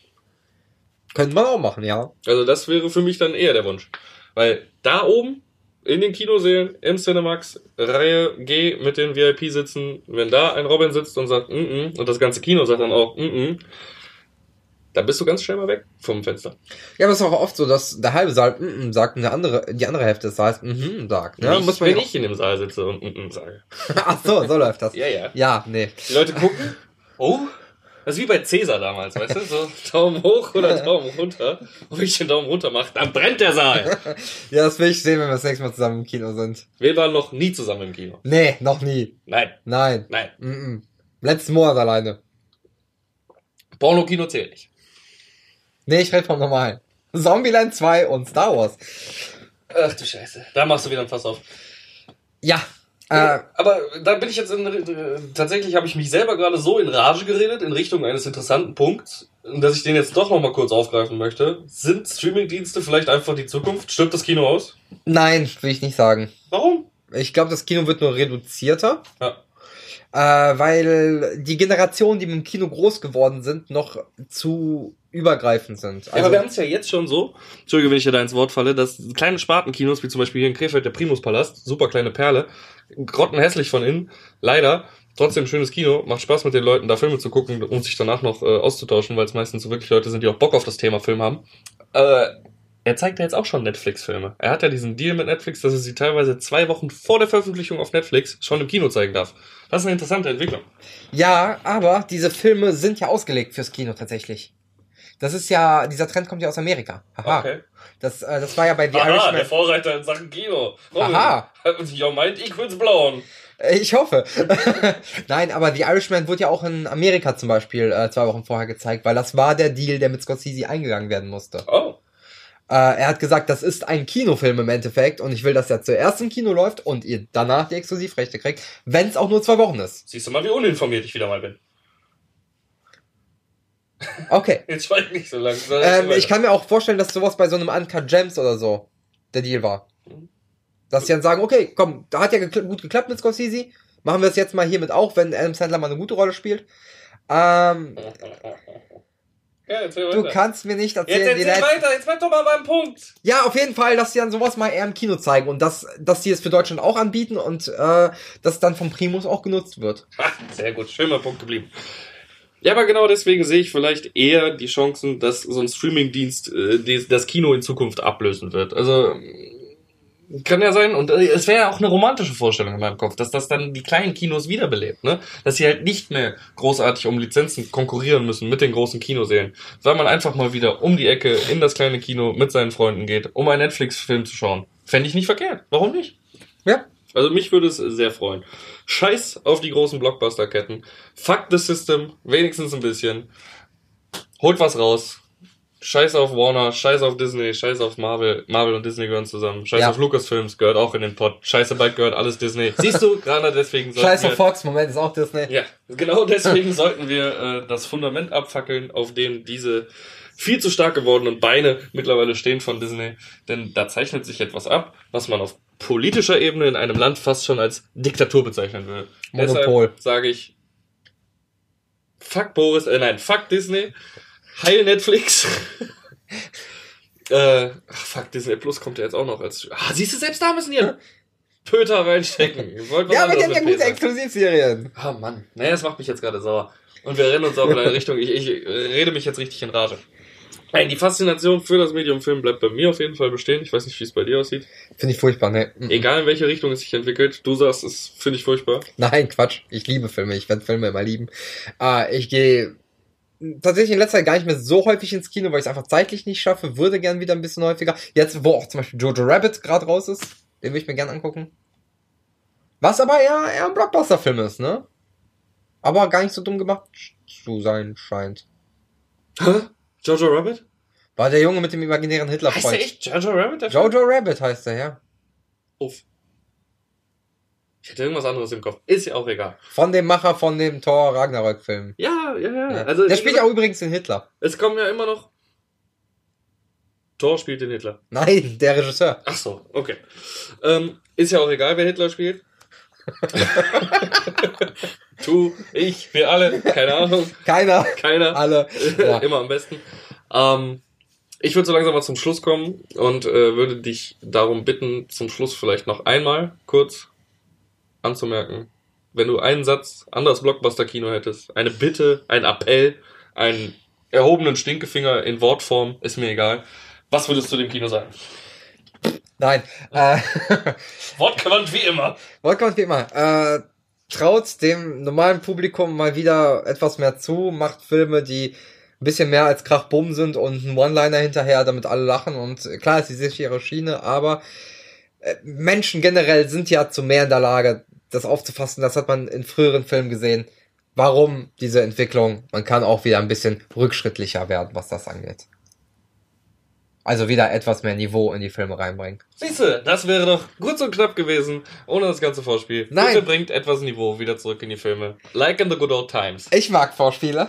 Könnte man auch machen, ja. Also das wäre für mich dann eher der Wunsch. Weil da oben in den Kinosälen, im Cinemax, Reihe G mit den V I P-Sitzen, wenn da ein Robin sitzt und sagt, mm -mm, und das ganze Kino sagt dann auch, mm -mm, da bist du ganz schnell mal weg vom Fenster. Ja, aber es ist auch oft so, dass der halbe Saal mm -mm sagt und der andere, die andere Hälfte des Saals mm -mm sagt. Ne? Nicht, Muss man wenn ja ich in dem Saal sitze und mm -mm sage. Ach so, so läuft das. Ja, ja. Ja, nee. Die Leute gucken, oh, das ist wie bei Cäsar damals, weißt du? So Daumen hoch oder Daumen runter. Und wenn ich den Daumen runter mache, dann brennt der Saal. Ja, das will ich sehen, wenn wir das nächste Mal zusammen im Kino sind. Wir waren noch nie zusammen im Kino. Nee, noch nie. Nein. Nein. Nein. Mm -mm. Letzten Monat alleine. Porno-Kino zählt nicht. Nee, ich rede vom normalen. Zombieland zwei und Star Wars. Ach du Scheiße. Da machst du wieder ein Fass auf. Ja. Äh, Aber da bin ich jetzt in, tatsächlich habe ich mich selber gerade so in Rage geredet, in Richtung eines interessanten Punkts, dass ich den jetzt doch nochmal kurz aufgreifen möchte. Sind Streamingdienste vielleicht einfach die Zukunft? Stirbt das Kino aus? nein, will ich nicht sagen. Warum? Ich glaube, das Kino wird nur reduzierter. Ja. Äh, weil die Generationen, die im Kino groß geworden sind, noch zu übergreifend sind. Also, ja, aber wir haben es ja jetzt schon so, Entschuldige, wenn ich dir da ins Wort falle, dass kleine Spartenkinos, wie zum Beispiel hier in Krefeld der Primuspalast, super kleine Perle, grottenhässlich von innen, leider, trotzdem schönes Kino, macht Spaß mit den Leuten, da Filme zu gucken und sich danach noch äh, auszutauschen, weil es meistens so wirklich Leute sind, die auch Bock auf das Thema Film haben. Äh, er zeigt ja jetzt auch schon Netflix-Filme. Er hat ja diesen Deal mit Netflix, dass er sie teilweise zwei Wochen vor der Veröffentlichung auf Netflix schon im Kino zeigen darf. Das ist eine interessante Entwicklung. Ja, aber diese Filme sind ja ausgelegt fürs Kino tatsächlich. Das ist ja, dieser Trend kommt ja aus Amerika. Aha. Okay. Das, äh, das war ja bei The Aha, Irishman. Der Vorreiter in Sachen Kino. Robin, Aha. Your mind equals blown. Ich hoffe. Nein, aber The Irishman wurde ja auch in Amerika zum Beispiel äh, zwei Wochen vorher gezeigt, weil das war der Deal, der mit Scorsese eingegangen werden musste. Oh. Äh, er hat gesagt, das ist ein Kinofilm im Endeffekt und ich will, dass er zuerst im Kino läuft und ihr danach die Exklusivrechte kriegt, wenn es auch nur zwei Wochen ist. Siehst du mal, wie uninformiert ich wieder mal bin. Okay. Jetzt schweig nicht so lang. Ähm, ich kann mir auch vorstellen, dass sowas bei so einem Uncut Gems oder so der Deal war. Dass sie dann sagen, okay, komm, da hat ja gekl- gut geklappt mit Scorsese, machen wir es jetzt mal hiermit auch, wenn Adam Sandler mal eine gute Rolle spielt. Ähm, ja, erzähl du weiter. kannst mir nicht erzählen... Jetzt erzähl die weiter, jetzt bleib doch mal beim Punkt. Ja, auf jeden Fall, dass sie dann sowas mal eher im Kino zeigen und dass, dass sie es für Deutschland auch anbieten und äh, dass dann vom Primus auch genutzt wird. Ha, sehr gut, schön mal Punkt geblieben. Ja, aber genau deswegen sehe ich vielleicht eher die Chancen, dass so ein Streamingdienst äh, das Kino in Zukunft ablösen wird. Also kann ja sein, und äh, es wäre ja auch eine romantische Vorstellung in meinem Kopf, dass das dann die kleinen Kinos wiederbelebt, ne? Dass sie halt nicht mehr großartig um Lizenzen konkurrieren müssen mit den großen Kinosälen, weil man einfach mal wieder um die Ecke in das kleine Kino mit seinen Freunden geht, um einen Netflix-Film zu schauen. Fände ich nicht verkehrt. Warum nicht? Ja. Also mich würde es sehr freuen. Scheiß auf die großen Blockbuster-Ketten. Fuck the system, wenigstens ein bisschen. Holt was raus. Scheiß auf Warner, scheiß auf Disney, scheiß auf Marvel. Marvel und Disney gehören zusammen. Scheiß ja. auf Lucasfilms, gehört auch in den Pod. Scheiße, bald gehört alles Disney. Siehst du, gerade deswegen sollten Scheiß wir... auf Fox, Moment, ist auch Disney. Ja, genau deswegen sollten wir äh, das Fundament abfackeln, auf dem diese viel zu stark gewordenen Beine mittlerweile stehen von Disney. Denn da zeichnet sich etwas ab, was man auf politischer Ebene in einem Land fast schon als Diktatur bezeichnen würde. Monopol. Deshalb sage ich, fuck Boris, äh, nein, fuck Disney, heil Netflix. äh, ach, fuck, Disney Plus kommt ja jetzt auch noch als... Ah, siehst du, selbst da müssen die einen Pöter reinstecken. Ja, aber die haben ja gute Exklusivserien. Ah, Mann. Naja, das macht mich jetzt gerade sauer. Und wir rennen uns auch in eine Richtung, ich, ich rede mich jetzt richtig in Rage. Nein, die Faszination für das Medium Film bleibt bei mir auf jeden Fall bestehen. Ich weiß nicht, wie es bei dir aussieht. Finde ich furchtbar, ne? Egal in welche Richtung es sich entwickelt, du sagst, es finde ich furchtbar. Nein, Quatsch. Ich liebe Filme. Ich werde Filme immer lieben. Äh, ich gehe tatsächlich in letzter Zeit gar nicht mehr so häufig ins Kino, weil ich es einfach zeitlich nicht schaffe. Würde gern wieder ein bisschen häufiger. Jetzt, wo auch zum Beispiel Jojo Rabbit gerade raus ist, den würde ich mir gern angucken. Was aber eher, eher ein Blockbuster-Film ist, ne? Aber gar nicht so dumm gemacht zu sein scheint. Hä? Jojo Rabbit? War der Junge mit dem imaginären Hitlerfreund. Heißt der echt Jojo Rabbit? Der Jojo Rabbit heißt er, ja. Uff. Ich hätte irgendwas anderes im Kopf. Ist ja auch egal. Von dem Macher von dem Thor Ragnarök-Film. Ja, ja, ja. Ja. Also, Der spielt ja auch übrigens den Hitler. Es kommen ja immer noch... Thor spielt den Hitler. Nein, der Regisseur. Ach so, okay. Ähm, ist ja auch egal, wer Hitler spielt. Du, ich, wir alle, keine Ahnung. Keiner. Keiner. Alle. Ja. Immer am besten. Ähm, ich würde so langsam mal zum Schluss kommen und äh, würde dich darum bitten, zum Schluss vielleicht noch einmal kurz anzumerken, wenn du einen Satz an das Blockbuster-Kino hättest, eine Bitte, ein Appell, einen erhobenen Stinkefinger in Wortform, ist mir egal. Was würdest du dem Kino sagen? Nein. Äh, Wortgewandt wie immer. Wortgewandt wie immer. Äh, traut dem normalen Publikum mal wieder etwas mehr zu, macht Filme, die ein bisschen mehr als Krach-Bumm sind und ein One-Liner hinterher, damit alle lachen. Und klar ist die sichere Schiene, aber äh, Menschen generell sind ja zu mehr in der Lage, das aufzufassen. Das hat man in früheren Filmen gesehen. Warum diese Entwicklung? Man kann auch wieder ein bisschen rückschrittlicher werden, was das angeht. Also wieder etwas mehr Niveau in die Filme reinbringen. Siehste, das wäre doch kurz und knapp gewesen, ohne das ganze Vorspiel. Nein. Bitte bringt etwas Niveau wieder zurück in die Filme. Like in the good old times. Ich mag Vorspiele.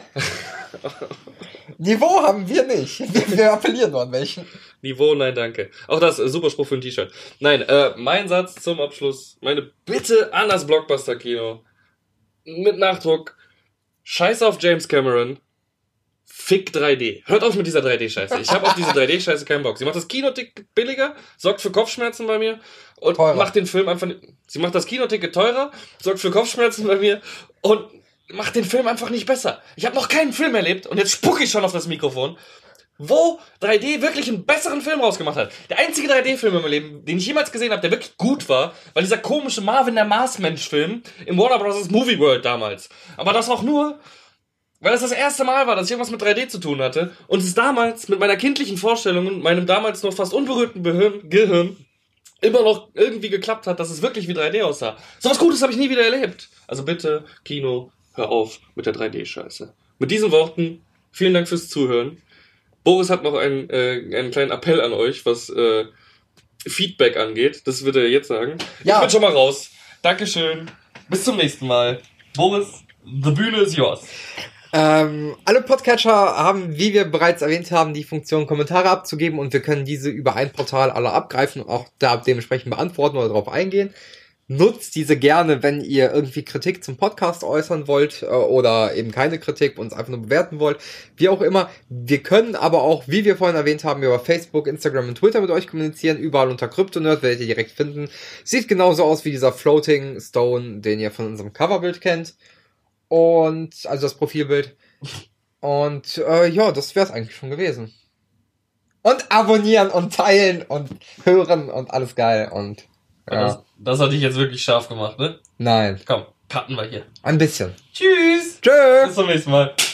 Niveau haben wir nicht. Wir, wir appellieren nur an welchen. Niveau, nein, danke. Auch das, äh, super Spruch für ein T-Shirt. Nein, äh, mein Satz zum Abschluss. Meine Bitte an das Blockbuster-Kino. Mit Nachdruck. Scheiß auf James Cameron. Fick drei D. Hört auf mit dieser drei D-Scheiße. Ich habe auf diese drei D-Scheiße keinen Bock. Sie macht das Kinoticket billiger, sorgt für Kopfschmerzen bei mir und Teurer. macht den Film einfach... Sie macht das Kinoticket teurer, sorgt für Kopfschmerzen bei mir und macht den Film einfach nicht besser. Ich habe noch keinen Film erlebt und jetzt spucke ich schon auf das Mikrofon, wo drei D wirklich einen besseren Film rausgemacht hat. Der einzige drei D-Film in meinem Leben, den ich jemals gesehen habe, der wirklich gut war, war dieser komische Marvin der Marsmensch-Film im Warner Bros. Movie World damals. Aber das auch nur... Weil das das erste Mal war, dass ich irgendwas mit drei D zu tun hatte und es damals mit meiner kindlichen Vorstellung und meinem damals noch fast unberührten Behirn, Gehirn immer noch irgendwie geklappt hat, dass es wirklich wie drei D aussah. So was Gutes habe ich nie wieder erlebt. Also bitte, Kino, hör auf mit der drei D-Scheiße. Mit diesen Worten, vielen Dank fürs Zuhören. Boris hat noch einen, äh, einen kleinen Appell an euch, was äh, Feedback angeht. Das wird er jetzt sagen. Ja. Ich bin schon mal raus. Dankeschön. Bis zum nächsten Mal. Boris, the Bühne ist yours. Ähm, alle Podcatcher haben, wie wir bereits erwähnt haben, die Funktion Kommentare abzugeben und wir können diese über ein Portal alle abgreifen und auch da dementsprechend beantworten oder darauf eingehen. Nutzt diese gerne, wenn ihr irgendwie Kritik zum Podcast äußern wollt äh, oder eben keine Kritik, uns einfach nur bewerten wollt. Wie auch immer. Wir können aber auch, wie wir vorhin erwähnt haben, über Facebook, Instagram und Twitter mit euch kommunizieren. Überall unter CryptoNerd werdet ihr direkt finden. Sieht genauso aus wie dieser Floating Stone, den ihr von unserem Coverbild kennt. Und, also das Profilbild. Und, äh, ja, das wär's eigentlich schon gewesen. Und abonnieren und teilen und hören und alles geil und, ja. Das, das hat dich jetzt wirklich scharf gemacht, ne? Nein. Komm, cutten wir hier. Ein bisschen. Tschüss. Tschüss. Bis zum nächsten Mal.